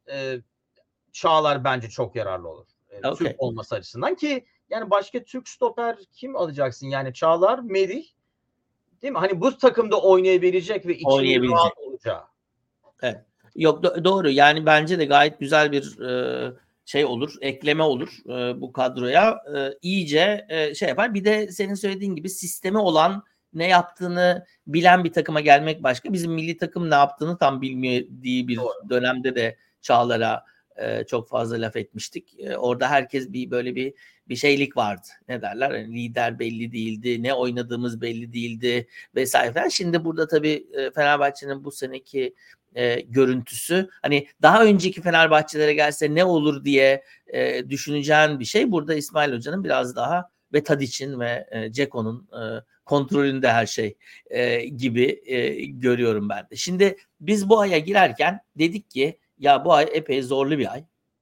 Çağlar bence çok yararlı olur. Türk olması açısından ki yani başka Türk stoper kim alacaksın? Yani Çağlar, Merih değil mi? Hani bu takımda oynayabilecek ve içinin rahat olacağı. Evet. Yok doğru. Yani bence de gayet güzel bir şey olur, ekleme olur bu kadroya. İyice şey yapar. Bir de senin söylediğin gibi sistemi olan, ne yaptığını bilen bir takıma gelmek başka. Bizim milli takım ne yaptığını tam bilmediği bir dönemde de Çağlar'a çok fazla laf etmiştik. Orada herkes böyle bir şeylik vardı. Ne derler? Yani lider belli değildi, ne oynadığımız belli değildi vesaire. Şimdi burada tabii Fenerbahçe'nin bu seneki görüntüsü, hani daha önceki Fenerbahçelere gelse ne olur diye düşüneceğin bir şey. Burada İsmail Hoca'nın biraz daha ve Tadic'in ve Ceko'nun kontrolünde her şey gibi görüyorum ben de. Şimdi biz bu aya girerken dedik ki ya bu ay epey zorlu bir ay.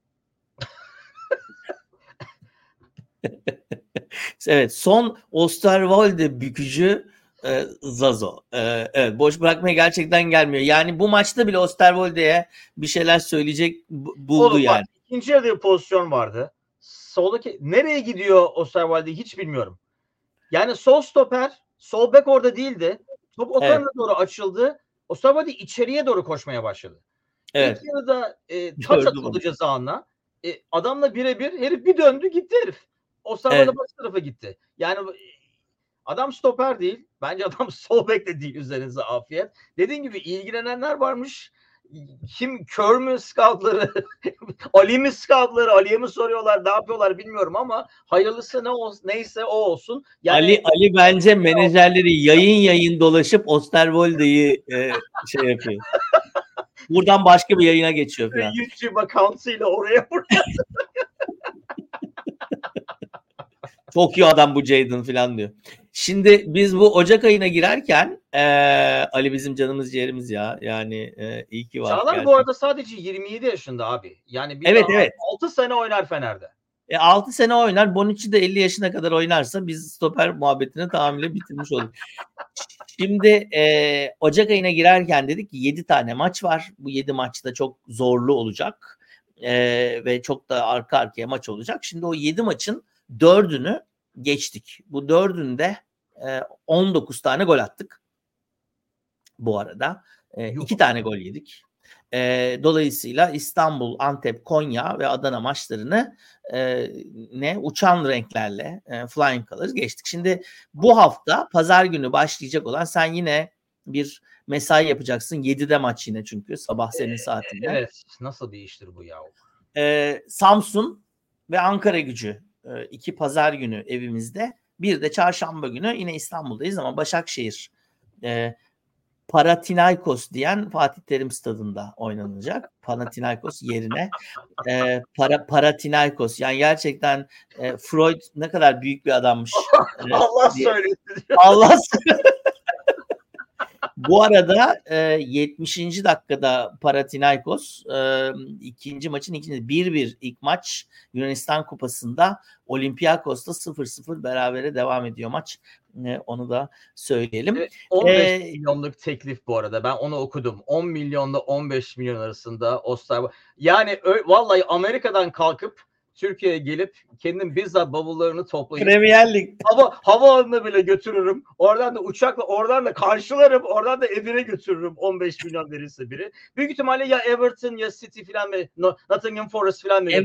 Evet, son Osterwolde bükücü Zazo. Evet, boş bırakmaya gerçekten gelmiyor. Yani bu maçta bile Osterwolde'ye bir şeyler söyleyecek buldu oğlum, yani. Bak, ikinci yarıda bir pozisyon vardı. Soldaki nereye gidiyor Osterwolde hiç bilmiyorum. Yani sol stoper, sol bek orada değildi. Top o tarafa doğru açıldı. Osterwolde içeriye doğru koşmaya başladı. Evet. İlk yarıda taç atıldı ceza alanına. Adamla birebir herif bir döndü gitti herif. Osterwolde başka tarafa gitti. Yani adam stoper değil. Bence adam sol bek de değil, üzerinize afiyet. Dediğim gibi ilgilenenler varmış. Kim kör mü scoutları? Ali mi scoutları? Ali'ye mi soruyorlar? Ne yapıyorlar bilmiyorum ama hayırlısı neyse o olsun. Yani Ali bence menajerleri yayın dolaşıp Osterwolde'yi şey yapıyor. Buradan başka bir yayına geçiyor falan. YouTube account'ıyla oraya buraya. Çok iyi adam bu Jadon falan diyor. Şimdi biz bu Ocak ayına girerken Ali bizim canımız ciğerimiz ya. Yani iyi ki var. Çağlar gerçekten. bu arada sadece 27 yaşında abi. Yani bir evet. 6 sene oynar Fener'de. 6 sene oynar. Bonucci de 50 yaşına kadar oynarsa biz stoper muhabbetini tamamıyla bitirmiş olduk. Şimdi Ocak ayına girerken dedik ki 7 tane maç var. Bu 7 maçta çok zorlu olacak. Ve çok da arka arkaya maç olacak. Şimdi o 7 maçın 4'ünü geçtik. Bu 4'ünde 19 tane gol attık. Bu arada. 2 tane gol yedik. Dolayısıyla İstanbul, Antep, Konya ve Adana maçlarını uçan renklerle Flying Colors geçtik. Şimdi bu hafta pazar günü başlayacak olan, sen yine bir mesai yapacaksın. 7'de maç yine, çünkü sabah senin saatinde. Evet. Nasıl bir iştir bu ya? Samsun ve Ankara Gücü 2 pazar günü evimizde. Bir de çarşamba günü yine İstanbul'dayız ama Başakşehir Panathinaikos diyen Fatih Terim Stadı'nda oynanacak. Panathinaikos yerine Panathinaikos. Yani gerçekten Freud ne kadar büyük bir adammış. Allah söylesin. Allah Bu arada 70. dakikada Panathinaikos ikinci maçın 1-1 ilk maç Yunanistan Kupası'nda Olympiakos'ta 0-0 berabere devam ediyor maç. Onu da söyleyelim. 15 milyonluk teklif bu arada. Ben onu okudum. 10 milyonla 15 milyon arasında Osterwolde. Yani vallahi Amerika'dan kalkıp Türkiye'ye gelip kendim bizzat bavullarını toplayıp Premier Lig havaalanına bile götürürüm. Oradan da uçakla oradan da karşılarım. Oradan da evine götürürüm 15 milyon verirse biri. Büyük ihtimalle ya Everton ya City falan mı Nottingham Forest falan mı?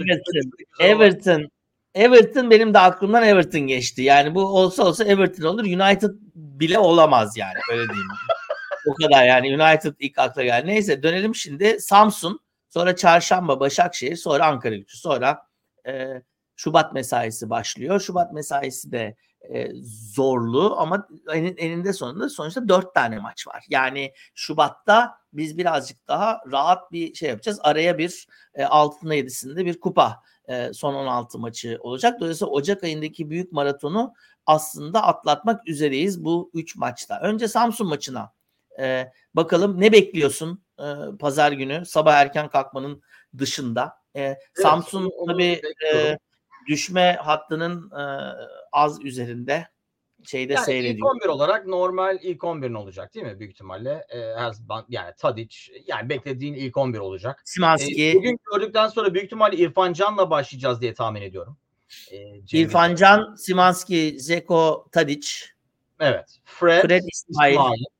Everton benim de aklımdan Everton geçti. Yani bu olsa Everton olur. United bile olamaz yani. Öyle diyeyim. O kadar yani United ilk akla geldi. Neyse dönelim şimdi. Samsun, sonra Çarşamba Başakşehir, sonra Ankaragücü, sonra Şubat mesaisi başlıyor. Şubat mesaisi de zorlu ama eninde sonunda sonuçta 4 tane maç var. Yani Şubat'ta biz birazcık daha rahat bir şey yapacağız. Araya bir 6'sında 7'sinde bir kupa son 16 maçı olacak. Dolayısıyla Ocak ayındaki büyük maratonu aslında atlatmak üzereyiz bu 3 maçta. Önce Samsun maçına bakalım ne bekliyorsun pazar günü sabah erken kalkmanın dışında. Samsun tabii düşme hattının az üzerinde şeyde yani seyrediyor. ilk 11 olarak normal ilk 11'in olacak değil mi büyük ihtimalle? Yani Tadic yani beklediğin ilk 11 olacak. Szymański. Bugün gördükten sonra büyük ihtimalle İrfan Can'la başlayacağız diye tahmin ediyorum. İrfan Can, Szymański, Dzeko, Tadic. Evet. Fred İsmail.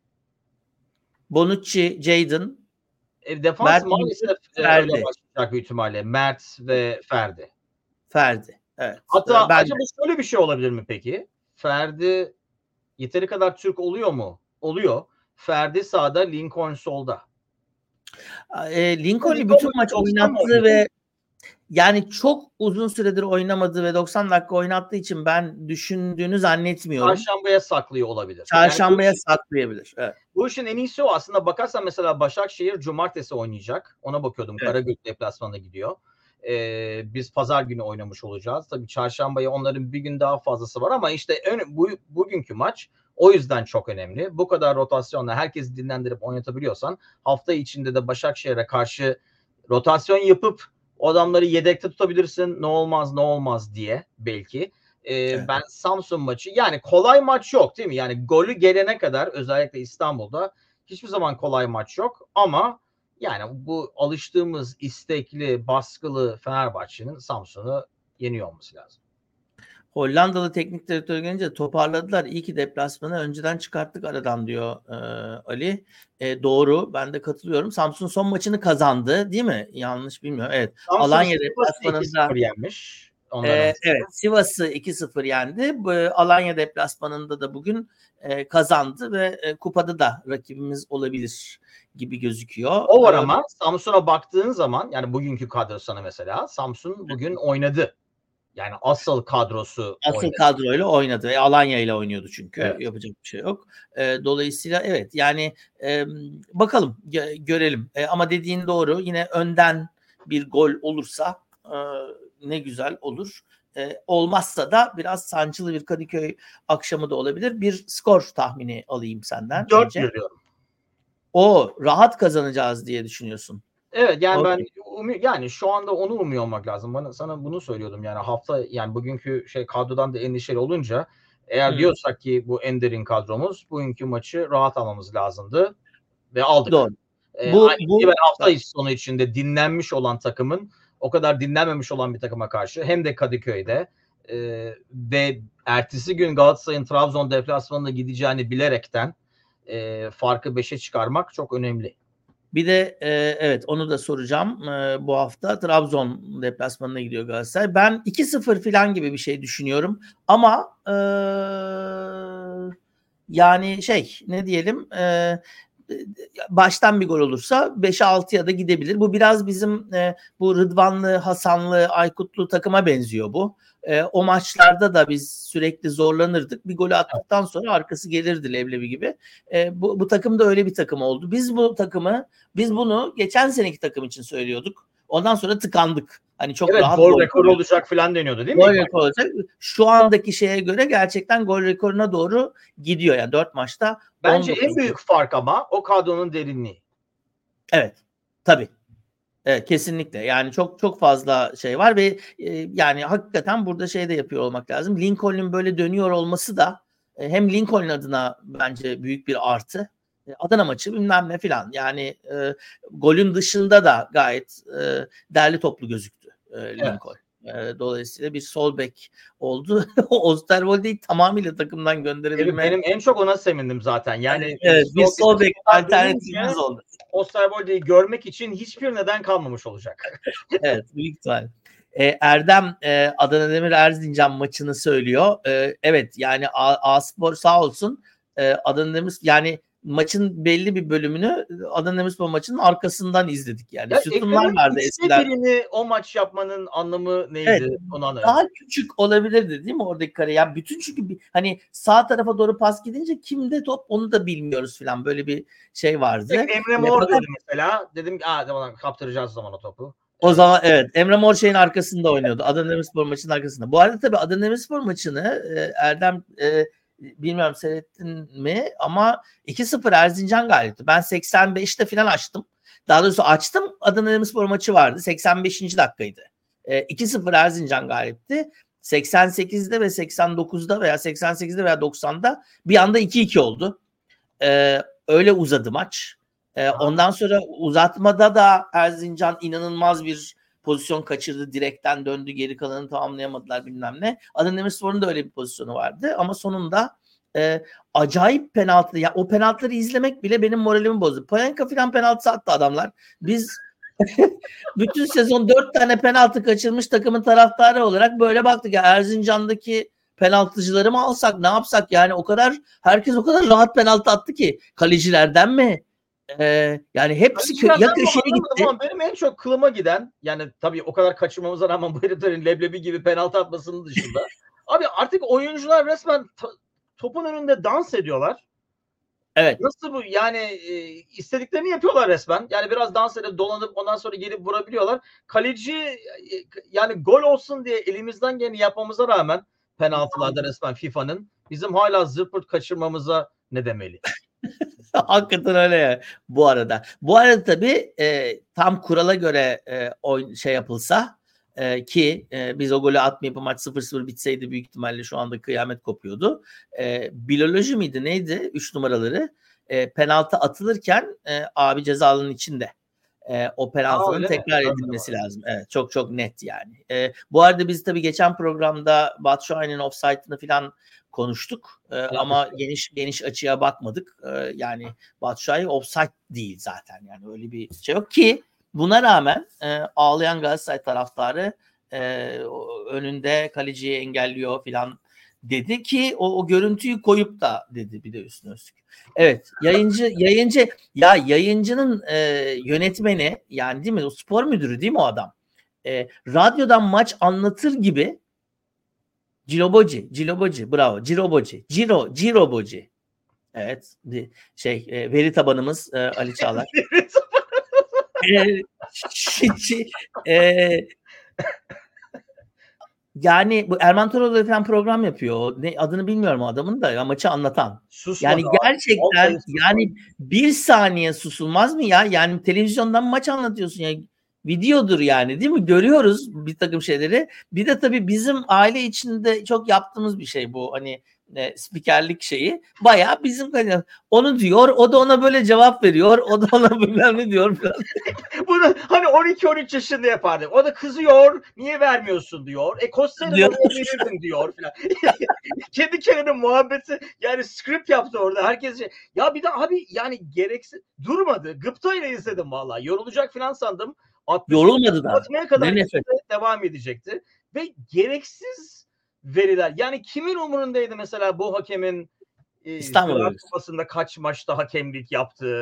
Bonucci, Jadon. Defans maalesef öyle başlayacak büyük ihtimalle. Mert ve Ferdi. Evet. Hatta acaba şöyle bir şey olabilir mi peki? Ferdi yeteri kadar Türk oluyor mu? Oluyor. Ferdi sağda, Lincoln solda. Lincoln'u bütün maç oynattı ve yani çok uzun süredir oynamadı ve 90 dakika oynattığı için ben düşündüğünü zannetmiyorum. Çarşambaya saklıyor olabilir. Çarşambaya saklayabilir. Evet. Bu işin en iyisi o. Aslında bakarsan mesela Başakşehir cumartesi oynayacak. Ona bakıyordum. Evet. Karagöz deplasmanına gidiyor. Biz pazar günü oynamış olacağız. Tabii çarşambaya onların bir gün daha fazlası var ama işte bugünkü maç o yüzden çok önemli. Bu kadar rotasyonla herkesi dinlendirip oynatabiliyorsan hafta içinde de Başakşehir'e karşı rotasyon yapıp o adamları yedekte tutabilirsin. Ne olmaz diye belki. Evet. Ben Samsun maçı yani kolay maç yok değil mi? Yani golü gelene kadar özellikle İstanbul'da hiçbir zaman kolay maç yok ama yani bu alıştığımız istekli, baskılı Fenerbahçe'nin Samsun'u yeniyor olması lazım. Hollandalı teknik direktör gelince toparladılar. İyi ki deplasmanı önceden çıkarttık aradan diyor Ali. Doğru. Ben de katılıyorum. Samsun son maçını kazandı değil mi? Yanlış bilmiyorum. Evet. Samsun Alanya deplasmanında 2-0 yenmiş. Evet. Sivas'ı 2-0 yendi. Alanya deplasmanında da bugün kazandı ve kupada da rakibimiz olabilir gibi gözüküyor. O var ama Samsun'a baktığın zaman yani bugünkü kadrosuna mesela Samsun bugün oynadı. Yani asıl kadroyla oynadı ve Alanya ile oynuyordu çünkü. Evet. Yapacak bir şey yok. Dolayısıyla evet yani bakalım görelim. Ama dediğin doğru. Yine önden bir gol olursa ne güzel olur. Olmazsa da biraz sancılı bir Kadıköy akşamı da olabilir. Bir skor tahmini alayım senden. 4 görüyorum. Rahat kazanacağız diye düşünüyorsun. Evet yani ben yani şu anda onu umuyor olmak lazım. Sana bunu söylüyordum yani yani bugünkü kadrodan da endişeli olunca eğer diyorsak ki bu Ender'in kadromuz bugünkü maçı rahat almamız lazımdı ve aldık. Doğru. Bu hafta sonu içinde dinlenmiş olan takımın o kadar dinlenmemiş olan bir takıma karşı hem de Kadıköy'de ve ertesi gün Galatasaray'ın Trabzon deplasmanına gideceğini bilerekten farkı 5'e çıkarmak çok önemli. Bir de evet onu da soracağım. Bu hafta Trabzon deplasmanına gidiyor Galatasaray. Ben 2-0 falan gibi bir şey düşünüyorum. Ama yani ne diyelim baştan bir gol olursa 5'e 6'ya da gidebilir. Bu biraz bizim bu Rıdvanlı, Hasanlı, Aykutlu takıma benziyor bu. O maçlarda da biz sürekli zorlanırdık. Bir golü attıktan sonra arkası gelirdi leblebi gibi. Bu takım da öyle bir takım oldu. Biz bunu geçen seneki takım için söylüyorduk. Ondan sonra tıkandık. Hani çok evet, rahat gol rekoru olacak falan deniyordu değil mi? Gol rekoru olacak. Şu andaki şeye göre gerçekten gol rekoruna doğru gidiyor. Yani 4 maçta Bence 19 en büyük fark ama o kadronun derinliği. Evet. Tabii. Evet, kesinlikle. Yani çok çok fazla şey var ve yani hakikaten burada şey de yapıyor olmak lazım. Lincoln'un böyle dönüyor olması da hem Lincoln adına bence büyük bir artı. Adana maçı bilmem ne filan. Yani golün dışında da gayet derli toplu gözüktü Lincoln. Dolayısıyla bir sol bek oldu. Osterwolde'yi tamamıyla takımdan gönderebilme. Benim en çok ona sevindim zaten. Yani evet, bir sol bek alternatifimiz oldu. Osterwolde'yi görmek için hiçbir neden kalmamış olacak. Evet, büyük ihtimal. Erdem Adana Demir Erzincan maçını söylüyor. Evet, yani A-Spor sağ olsun. Adana Demir yani maçın belli bir bölümünü Adana Demirspor maçının arkasından izledik yani. Sütunlar vardı eskiden. Birini o maç yapmanın anlamı neydi? Evet, daha küçük olabilirdi değil mi oradaki kare? Yani bütün çünkü hani sağ tarafa doğru pas gidince kimde top onu da bilmiyoruz falan. Böyle bir şey vardı. Emre Mor dedi mesela. Dedim ki kaptıracağız zaman o topu. O zaman evet. Emre Mor şeyin arkasında oynuyordu. Adana Demirspor maçının arkasında. Bu arada tabii Adana Demirspor maçını Erdem bilmiyorum seyrettin mi ama 2-0 Erzincan galibi. Ben 85'te falan açtım. Daha doğrusu açtım. Adana Demirspor maçı vardı. 85. dakikaydı. 2-0 Erzincan galipti. 88'de ve 89'da veya 88'de veya 90'da bir anda 2-2 oldu. Öyle uzadı maç. Ondan sonra uzatmada da Erzincan inanılmaz bir pozisyon kaçırdı. Direkten döndü. Geri kalanını tamamlayamadılar bilmem ne. Adana Demirspor'un da öyle bir pozisyonu vardı. Ama sonunda acayip penaltı. Ya o penaltıları izlemek bile benim moralimi bozdu. Panenka falan penaltı attı adamlar. Biz bütün sezon 4 tane penaltı kaçırmış takımın taraftarı olarak böyle baktık. Ya Erzincan'daki penaltıcıları mı alsak ne yapsak yani herkes o kadar rahat penaltı attı ki kalecilerden mi? Yani hepsi ya köşeye gitti. Ama benim en çok kılıma giden yani tabii o kadar kaçırmamıza rağmen bu heriflerin leblebi gibi penaltı atmasının dışında abi artık oyuncular resmen topun önünde dans ediyorlar. Evet. Nasıl bu yani istediklerini yapıyorlar resmen. Yani biraz dans edip dolanıp ondan sonra gelip vurabiliyorlar. Kaleci yani gol olsun diye elimizden geleni yapmamıza rağmen penaltılarda resmen FIFA'nın bizim hala zırt kaçırmamıza ne demeli? Hakikaten öyle ya bu arada. Bu arada tabii tam kurala göre şey yapılsa ki biz o golü atmayıp maç 0-0 bitseydi büyük ihtimalle şu anda kıyamet kopuyordu. Biloloji miydi neydi? 3 numaraları. Penaltı atılırken abi cezalının içinde. O penaltının tekrar edilmesi lazım. Evet, çok çok net yani. Bu arada biz tabii geçen programda Batshuayi'nin offside'ını falan konuştuk. Ama geniş açıya bakmadık. Yani Batshuayi offside değil zaten. Yani öyle bir şey yok ki buna rağmen ağlayan Galatasaray taraftarı önünde kaleciyi engelliyor falan dedi ki o görüntüyü koyup da dedi bir de üstüne üstlük. Evet, yayıncının yönetmeni yani değil mi? O spor müdürü değil mi o adam? Radyodan maç anlatır gibi Ciroboci, bravo. Ciroboci. Evet, veri tabanımız Ali Çağlar. Yani bu Erman Toroğlu falan program yapıyor. Adını bilmiyorum o adamın da maçı anlatan. Yani gerçekten yani bir saniye susulmaz mı ya? Yani televizyondan maç anlatıyorsun ya. Videodur yani değil mi? Görüyoruz bir takım şeyleri. Bir de tabii bizim aile içinde çok yaptığımız bir şey bu. Hani spikerlik şeyi. Bayağı bizim onu diyor. O da ona böyle cevap veriyor. O da ona bilmem ne diyor falan. Bunu hani 12-13 yaşında yapardı. O da kızıyor. Niye vermiyorsun diyor. Kosteri verirdim diyor falan. Kendi kendine muhabbeti yani script yaptı orada. Herkes ya bir de abi yani gereksiz durmadı. Gıptayla izledim vallahi. Yorulacak falan sandım. Yorulmadı da. Atmaya kadar devam edecekti. Ve gereksiz veriler. Yani kimin umurundaydı mesela bu hakemin İstanbul Kupası'nda kaç maçta hakemlik yaptığı?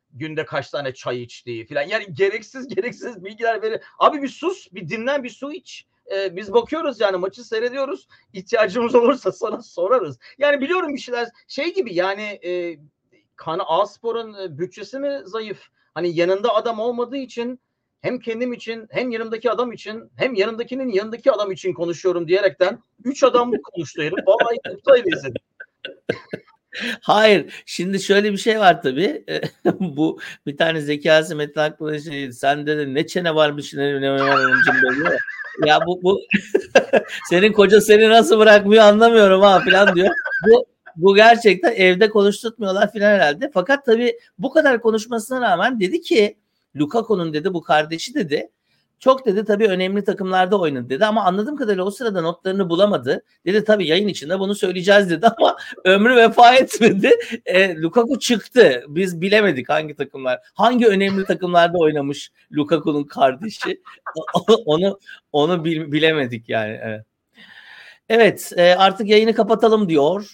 günde kaç tane çay içtiği falan. Yani gereksiz bilgiler verir. Abi bir sus, bir dinlen, bir su iç. Biz bakıyoruz yani maçı seyrediyoruz. İhtiyacımız olursa sana sorarız. Yani biliyorum bir şeyler şey gibi yani A-Spor'un bütçesi mi zayıf? Hani yanında adam olmadığı için hem kendim için hem yanımdaki adam için hem yanındakinin yanındaki adam için konuşuyorum diyerekten 3 adam konuştu herif. Vallahi kuptaydı izledim. Hayır. Şimdi şöyle bir şey var tabii. Bu bir tane Zekâsi Metin Akpınar'ın şeyi, sende de ne çene varmış ne var hanımcığım diyor. Ya bu senin koca seni nasıl bırakmıyor anlamıyorum ha falan diyor. Bu gerçekten evde konuşturtmuyorlar filan herhalde. Fakat tabii bu kadar konuşmasına rağmen dedi ki Lukaku'nun dedi bu kardeşi dedi. Çok dedi tabii önemli takımlarda oynadı dedi ama anladığım kadarıyla o sırada notlarını bulamadı. Dedi tabii yayın içinde bunu söyleyeceğiz dedi ama ömrü vefa etmedi. Lukaku çıktı. Biz bilemedik hangi takımlar, hangi önemli takımlarda oynamış Lukaku'nun kardeşi. onu bilemedik yani. Evet. Evet, artık yayını kapatalım diyor.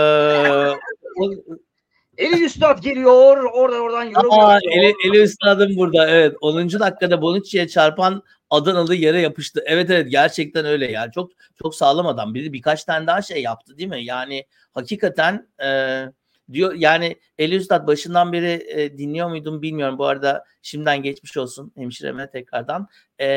Eli Üstad geliyor. Oradan yorum yapıyor. Eli Üstad'ım burada. Evet. 10. dakikada Bonucci'ye çarpan Adanalı yere yapıştı. Evet gerçekten öyle yani. Çok sağlam adam. Birkaç tane daha şey yaptı değil mi? Yani hakikaten diyor yani Eli Üstad başından beri dinliyor muydum bilmiyorum. Bu arada şimdiden geçmiş olsun hemşireme tekrardan.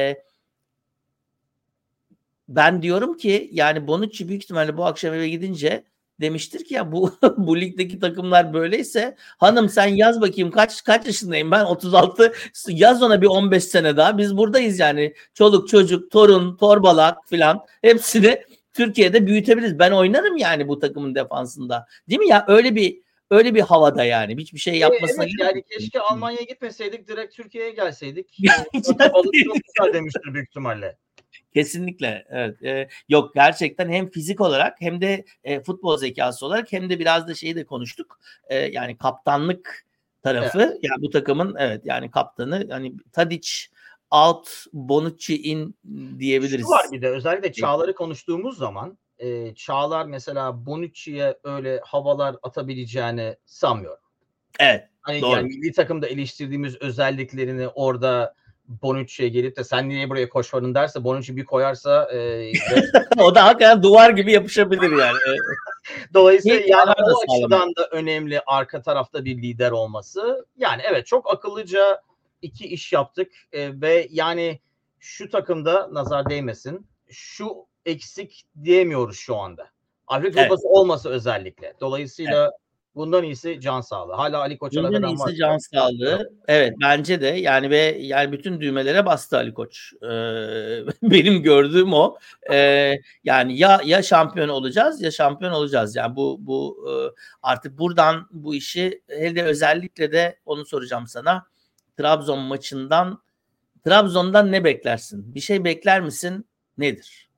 Ben diyorum ki yani Bonucci büyük ihtimalle bu akşam eve gidince demiştir ki ya bu ligdeki takımlar böyleyse hanım sen yaz bakayım kaç yaşındayım ben 36 yaz ona bir 15 sene daha biz buradayız yani çoluk çocuk torun torbalak filan hepsini Türkiye'de büyütebiliriz. Ben oynarım yani bu takımın defansında. Değil mi ya? Öyle bir havada yani. Hiçbir şey yapmasına evet gerek yani keşke Almanya'ya gitmeseydik direkt Türkiye'ye gelseydik. Gerçekten Balık çok güzel demiştir büyük ihtimalle. Kesinlikle evet. Yok gerçekten hem fizik olarak hem de futbol zekası olarak hem de biraz da şeyi de konuştuk. Yani kaptanlık tarafı Evet. yani bu takımın evet yani kaptanı hani Tadic out Bonucci in Şu var diyebiliriz. bir de özellikle Çağlar'ı konuştuğumuz zaman Çağlar mesela Bonucci'ye öyle havalar atabileceğini sanmıyorum. Evet Hani doğru. yani milli takımda eleştirdiğimiz özelliklerini orada Bonucci'ye gelip de sen niye buraya koşmadın derse Bonucci bir koyarsa O da hakikaten duvar gibi yapışabilir yani. dolayısıyla yani da o sağlam. açıdan da önemli arka tarafta bir lider olması. Yani evet çok akıllıca iki iş yaptık ve yani şu takımda nazar değmesin. Şu eksik diyemiyoruz şu anda. Afrika Evet. Kupası olmasa özellikle. Dolayısıyla Evet. bundan iyisi can sağlığı. Hala Ali Koç'a laf Bundan eden iyisi varsa can sağlığı. Evet bence de yani ve yani bütün düğmelere bastı Ali Koç. Benim gördüğüm o. Yani ya şampiyon olacağız ya şampiyon olacağız. Yani bu artık buradan bu işi hele özellikle de onu soracağım sana. Trabzon'dan ne beklersin? Bir şey bekler misin? Nedir?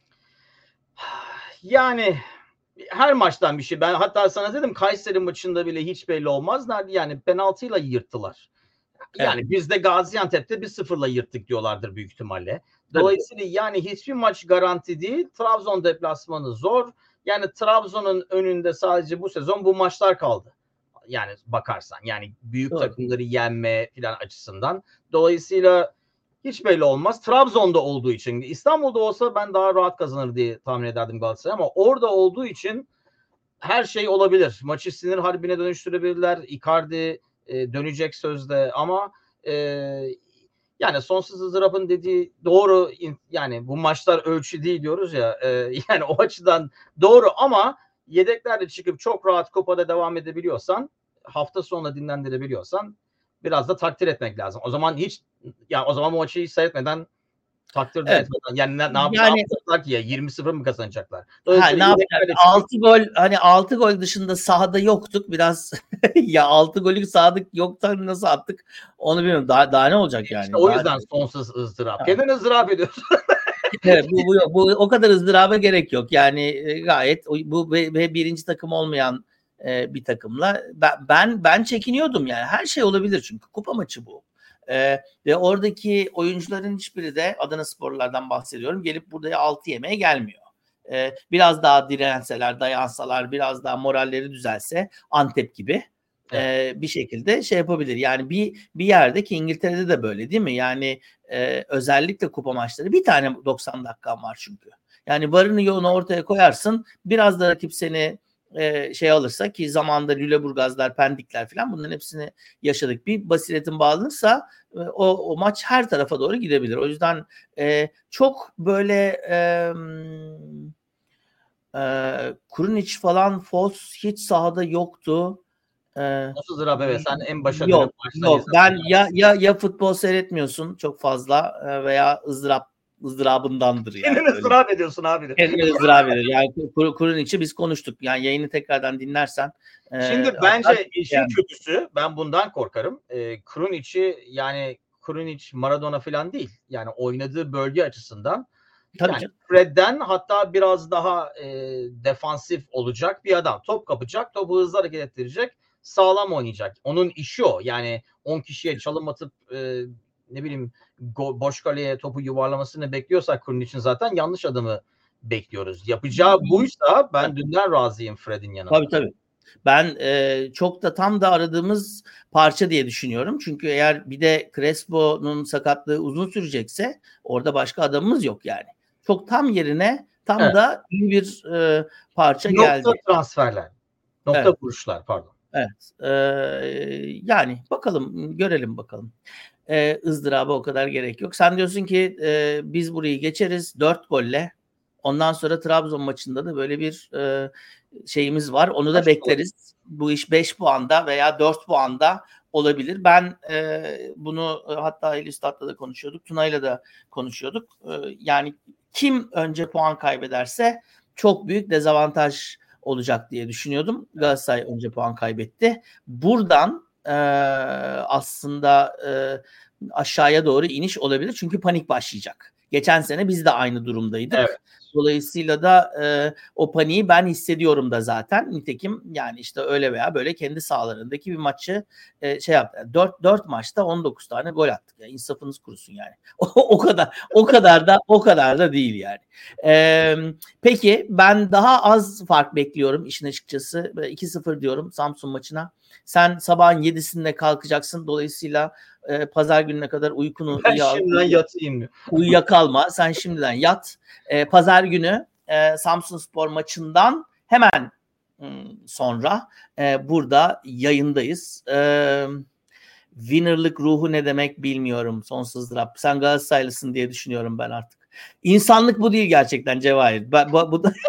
yani her maçtan bir şey. Ben hatta sana dedim Kayseri maçında bile hiç belli olmaz. Yani penaltıyla yırttılar. Evet. Yani biz de Gaziantep'te 1-0'la yırttık diyorlardır büyük ihtimalle. Tabii. Dolayısıyla yani hiçbir maç garanti değil. Trabzon deplasmanı zor. Yani Trabzon'un önünde sadece bu sezon bu maçlar kaldı. Yani bakarsan yani büyük Doğru. takımları yenme falan açısından. Dolayısıyla hiç belli olmaz. Trabzon'da olduğu için. İstanbul'da olsa ben daha rahat kazanır diye tahmin ederdim Galatasaray ama orada olduğu için her şey olabilir. Maçı sinir harbine dönüştürebilirler. Icardi dönecek sözde ama e, yani sonsuz ızdırapın dediği doğru yani bu maçlar ölçü değil diyoruz ya yani o açıdan doğru ama yedeklerle çıkıp çok rahat kupada devam edebiliyorsan hafta sonuna dinlendirebiliyorsan biraz da takdir etmek lazım. O zaman o zaman bu maçı hiç seyretmeden takdir de Evet. etmeden yani ne Yani yapacaklar ki ya 20-0 mı kazanacaklar? ne Dolayısıyla yapacak? yedeklerle çıkıp 6 gol hani 6 gol dışında sahada yoktuk. Biraz ya 6 golü sahada yoktan nasıl attık onu bilmiyorum. Daha ne olacak işte yani? o Daha yüzden sonsuz ızdırap. ha. Kendin ızdırap ediyorsun. Evet, bu o kadar ızdıraba gerek yok. Yani gayet bu ve birinci takım olmayan bir takımla ben çekiniyordum yani. Her şey olabilir çünkü kupa maçı bu. Ve oradaki oyuncuların hiçbiri de Adanasporlulardan bahsediyorum. Gelip buraya 6 yemeye gelmiyor. Biraz daha direnseler, dayansalar, biraz daha moralleri düzelse Antep gibi bir şekilde şey yapabilir. Yani bir yerde ki İngiltere'de de böyle değil mi? Yani özellikle kupa maçları bir tane 90 dakikan var çünkü. Yani varını yoğunu ortaya koyarsın. Biraz da rakip seni şey alırsa ki zamanında Lüleburgazlar, Pendikler falan bunların hepsini yaşadık. Bir basiretin bağlanırsa o maç her tarafa doğru gidebilir. O yüzden çok böyle Krunic falan Fos hiç sahada yoktu. Nasıl Zırap, evet, sen en başa dönüp Yok maçları yok izledin ben yani. ya futbol seyretmiyorsun çok fazla veya ızdırabındandır yani Kendini öyle. ıstırap ediyorsun abi. Kendine ızdırap verir. Yani kurun içi biz konuştuk. Yani yayını tekrardan dinlersen Şimdi hatta bence işin yani kötüsü, ben bundan korkarım. Krunić'i, yani Krunić Maradona falan değil. Yani oynadığı bölge açısından tabii yani canım. Fred'den hatta biraz daha defansif olacak bir adam. Top kapacak, topu hızlı hareket ettirecek, sağlam oynayacak. Onun işi o. Yani 10 kişiye çalım atıp ne bileyim boş kaleye topu yuvarlamasını bekliyorsak Krunić'in zaten yanlış adamı bekliyoruz. Yapacağı buysa ben dünden razıyım Fred'in Tabii yanında. tabii. Ben çok da tam da aradığımız parça diye düşünüyorum. Çünkü eğer bir de Crespo'nun sakatlığı uzun sürecekse orada başka adamımız yok yani. Çok tam yerine tam Evet. da iyi bir parça Nokta geldi. transferler. Nokta Evet. vuruşlar, pardon. Evet. Yani bakalım görelim bakalım. Izdıraba o kadar gerek yok. Sen diyorsun ki biz burayı geçeriz 4 golle. Ondan sonra Trabzon maçında da böyle bir şeyimiz var. Onu da Kaç olur? bekleriz. Bu iş 5 puanda veya 4 puanda olabilir. Ben bunu hatta El Üstad'la da konuşuyorduk. Tuna'yla da konuşuyorduk. Yani kim önce puan kaybederse çok büyük dezavantaj olacak diye düşünüyordum. Galatasaray önce puan kaybetti. Buradan aslında aşağıya doğru iniş olabilir. Çünkü panik başlayacak. Geçen sene biz de aynı durumdaydık. Evet. Dolayısıyla da o paniği ben hissediyorum da zaten. Nitekim yani işte öyle veya böyle kendi sahalarındaki bir maçı şey yaptı. 4 maçta 19 tane gol attık. Yani insafınız kurusun yani. O kadar da değil yani. Peki ben daha az fark bekliyorum işin açıkçası. 2-0 diyorum Samsun maçına. Sen sabahın 7'sinde kalkacaksın. Dolayısıyla pazar gününe kadar uykunu Ben iyi al. şimdiden yatayım. Uyuyakalma. Sen şimdiden yat. Pazar günü Samsunspor maçından hemen sonra burada yayındayız. Winner'lık ruhu ne demek bilmiyorum. Sonsuz Rab. Sen Galatasaraylısın diye düşünüyorum ben artık. İnsanlık bu değil gerçekten Cevahir. Bu da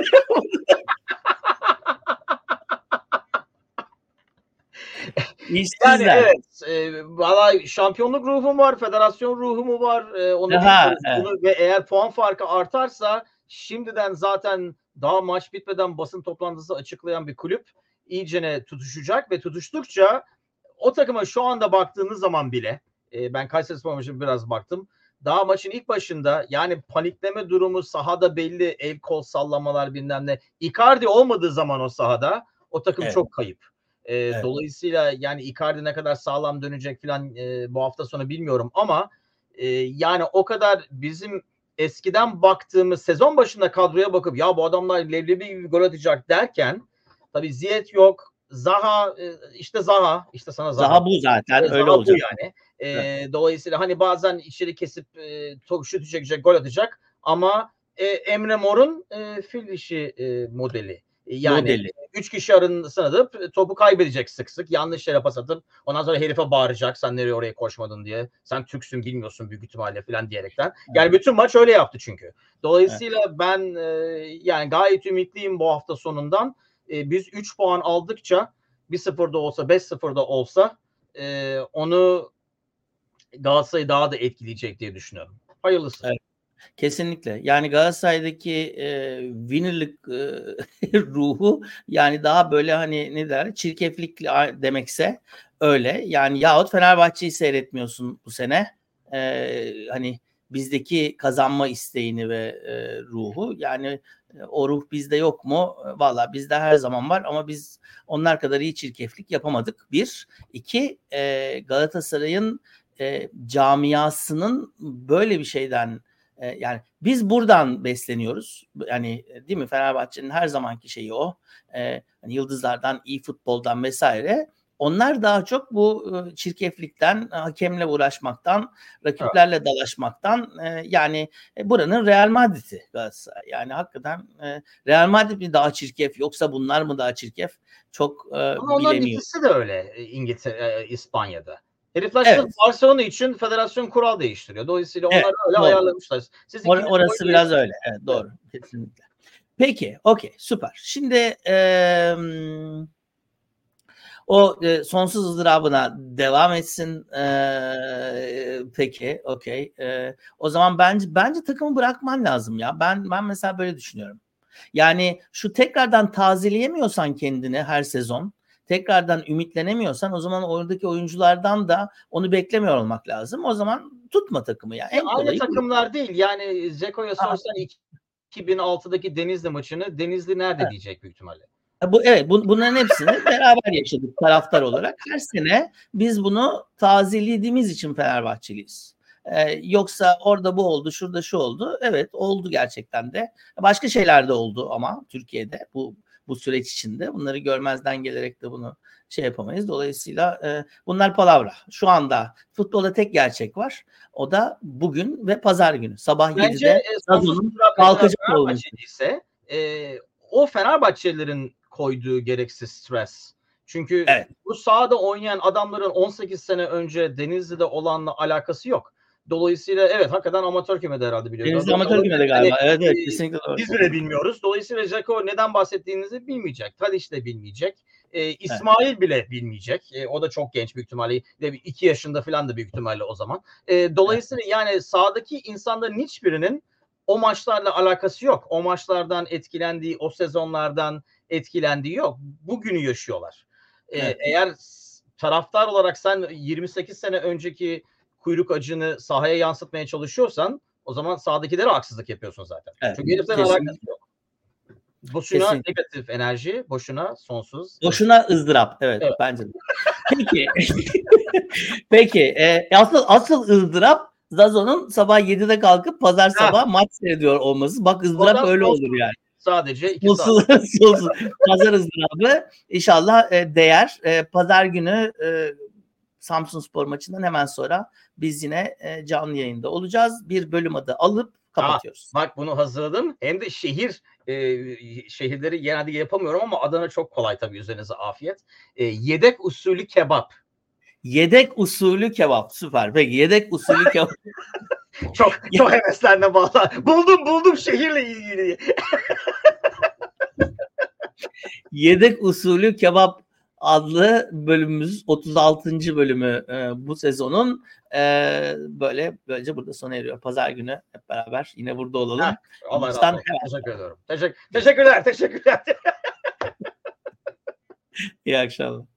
Yani işsizler. evet, valla şampiyonluk ruhum var, federasyon ruhumu var, onu Aha, biliyoruz. evet, Bunu ve eğer puan farkı artarsa şimdiden zaten daha maç bitmeden basın toplantısı açıklayan bir kulüp iyicene tutuşacak ve tutuştukça o takıma şu anda baktığınız zaman bile ben Kayserispor maçına biraz baktım. Daha maçın ilk başında yani panikleme durumu sahada belli, el kol sallamalar bilmem ne. Icardi olmadığı zaman o sahada o takım evet, çok kayıp. evet. Dolayısıyla yani Icardi ne kadar sağlam dönecek falan bu hafta sonu bilmiyorum ama yani o kadar bizim eskiden baktığımız sezon başında kadroya bakıp ya bu adamlar leblebi gibi gol atacak derken tabii Ziyech yok. Zaha işte Zaha işte sana Zaha. Zaha bu zaten öyle Zaha bu olacak. yani. Evet, Dolayısıyla hani bazen içeri kesip şut çekecek, gol atacak ama Emre Mor'un fil dişi modeli. Yani modeli. 3 kişi arasına alıp topu kaybedecek sık sık. Yanlış yere pas atıp ondan sonra herife bağıracak. Sen nereye oraya koşmadın diye. Sen Türksün bilmiyorsun büyük ihtimalle falan diyerekten. Evet, Yani bütün maç öyle yaptı çünkü. evet. Dolayısıyla ben yani gayet ümitliyim bu hafta sonundan. Biz 3 puan aldıkça 1-0'da olsa 5-0'da olsa onu Galatasaray daha da etkileyecek diye düşünüyorum. Hayırlısı. Evet. Kesinlikle. Yani Galatasaray'daki winner'lık ruhu yani daha böyle hani ne der çirkeflik demekse öyle. Yani yahut Fenerbahçe'yi seyretmiyorsun bu sene. Hani bizdeki kazanma isteğini ve ruhu yani o ruh bizde yok mu? Valla bizde her zaman var ama biz onlar kadar iyi çirkeflik yapamadık. Bir. İki Galatasaray'ın camiasının böyle bir şeyden yani biz buradan besleniyoruz. Yani değil mi? Fenerbahçe'nin her zamanki şeyi o. Hani yıldızlardan, iyi futboldan vesaire. Onlar daha çok bu çirkeflikten, hakemle uğraşmaktan, Evet. rakiplerle dalaşmaktan, yani buranın Real Madrid'i Galatasaray. Yani hakikaten Real Madrid mi daha çirkef yoksa bunlar mı daha çirkef? Çok Ama onların bilemiyorum. ikisi de öyle İngiltere, İspanya'da. Herifler sırf Evet. Barcelona için federasyon kural değiştiriyor. Dolayısıyla Evet, onlar öyle doğru. ayarlamışlar. Siz ikiniz de Orası boyun biraz değiştirin. öyle. Evet, doğru. Kesinlikle. Peki, okey, süper. Şimdi o sonsuz ızdırabına devam etsin. Peki, okey. O zaman bence takımı bırakman lazım ya. Ben mesela böyle düşünüyorum. Yani şu tekrardan tazeleyemiyorsan kendini her sezon, tekrardan ümitlenemiyorsan o zaman oradaki oyunculardan da onu beklemiyor olmak lazım. O zaman tutma takımı ya. En Aynı kolayı bu. takımlar değil. Yani Zeko'ya Aha, sorsan 2006'daki Denizli maçını Denizli nerede evet. diyecek büyük ihtimalle. Evet, bunların hepsini beraber yaşadık taraftar olarak. Her sene biz bunu tazelediğimiz için Fenerbahçeliyiz. Yoksa orada bu oldu, şurada şu oldu. Evet, oldu gerçekten de. Başka şeyler de oldu ama Türkiye'de bu süreç içinde. Bunları görmezden gelerek de bunu şey yapamayız. Dolayısıyla bunlar palavra. Şu anda futbolda tek gerçek var. O da bugün ve pazar günü. Sabah Bence 7'de sonsuz Trabzon'un ızdırap mesela kalkacak olması. Fenerbahçeliyse o Fenerbahçelilerin koyduğu gereksiz stres. Çünkü Evet. bu sahada oynayan adamların 18 sene önce Denizli'de olanla alakası yok. Dolayısıyla evet hakikaten amatör kümede herhalde biliyoruz. Denizli amatör kümede Hani, galiba. Evet, kesinlikle doğru. biz bile bilmiyoruz. Dolayısıyla Dzeko neden bahsettiğinizi bilmeyecek. Tadiç de bilmeyecek. Evet. İsmail bile bilmeyecek. O da çok genç büyük ihtimalle. 2 yaşında falan da büyük ihtimalle o zaman. Dolayısıyla yani sahadaki insanların hiçbirinin o maçlarla alakası yok. O maçlardan etkilendiği, o sezonlardan etkilendiği yok. Bugünü yaşıyorlar. Evet. Eğer taraftar olarak sen 28 sene önceki kuyruk acını sahaya yansıtmaya çalışıyorsan o zaman sahadakilere haksızlık yapıyorsun zaten. Evet. Çünkü heriflerin alakası yok. Boşuna Kesinlikle. negatif enerji, boşuna sonsuz. Boşuna ızdırap. Evet, Evet. bence de. Peki. Peki. Asıl ızdırap Zazo'nun sabah 7'de kalkıp pazar sabah maç seyrediyor olması. Bak ızdırap Oradan öyle olur sonsuz. yani. Sadece 2 saat. Sonsuz. Pazar ızdırabı inşallah değer. Pazar günü Samsunspor maçından hemen sonra biz yine canlı yayında olacağız. Bir bölüm adı alıp kapatıyoruz. Bak bunu hazırladım. Hem de şehirleri genelde yapamıyorum ama Adana çok kolay tabii üzerinize afiyet. Yedek usulü kebap. Yedek usulü kebap. Süper. Peki yedek usulü kebap. Çok heveslenme bağlı. Buldum şehirle ilgili. Yedek usulü kebap adlı bölümümüz 36. bölümü bu sezonun böylece burada sona eriyor. Pazar günü hep beraber yine burada olalım. Allah razı Maçtan olsun. hemen. Teşekkür ediyorum. Teşekkürler. İyi akşamlar.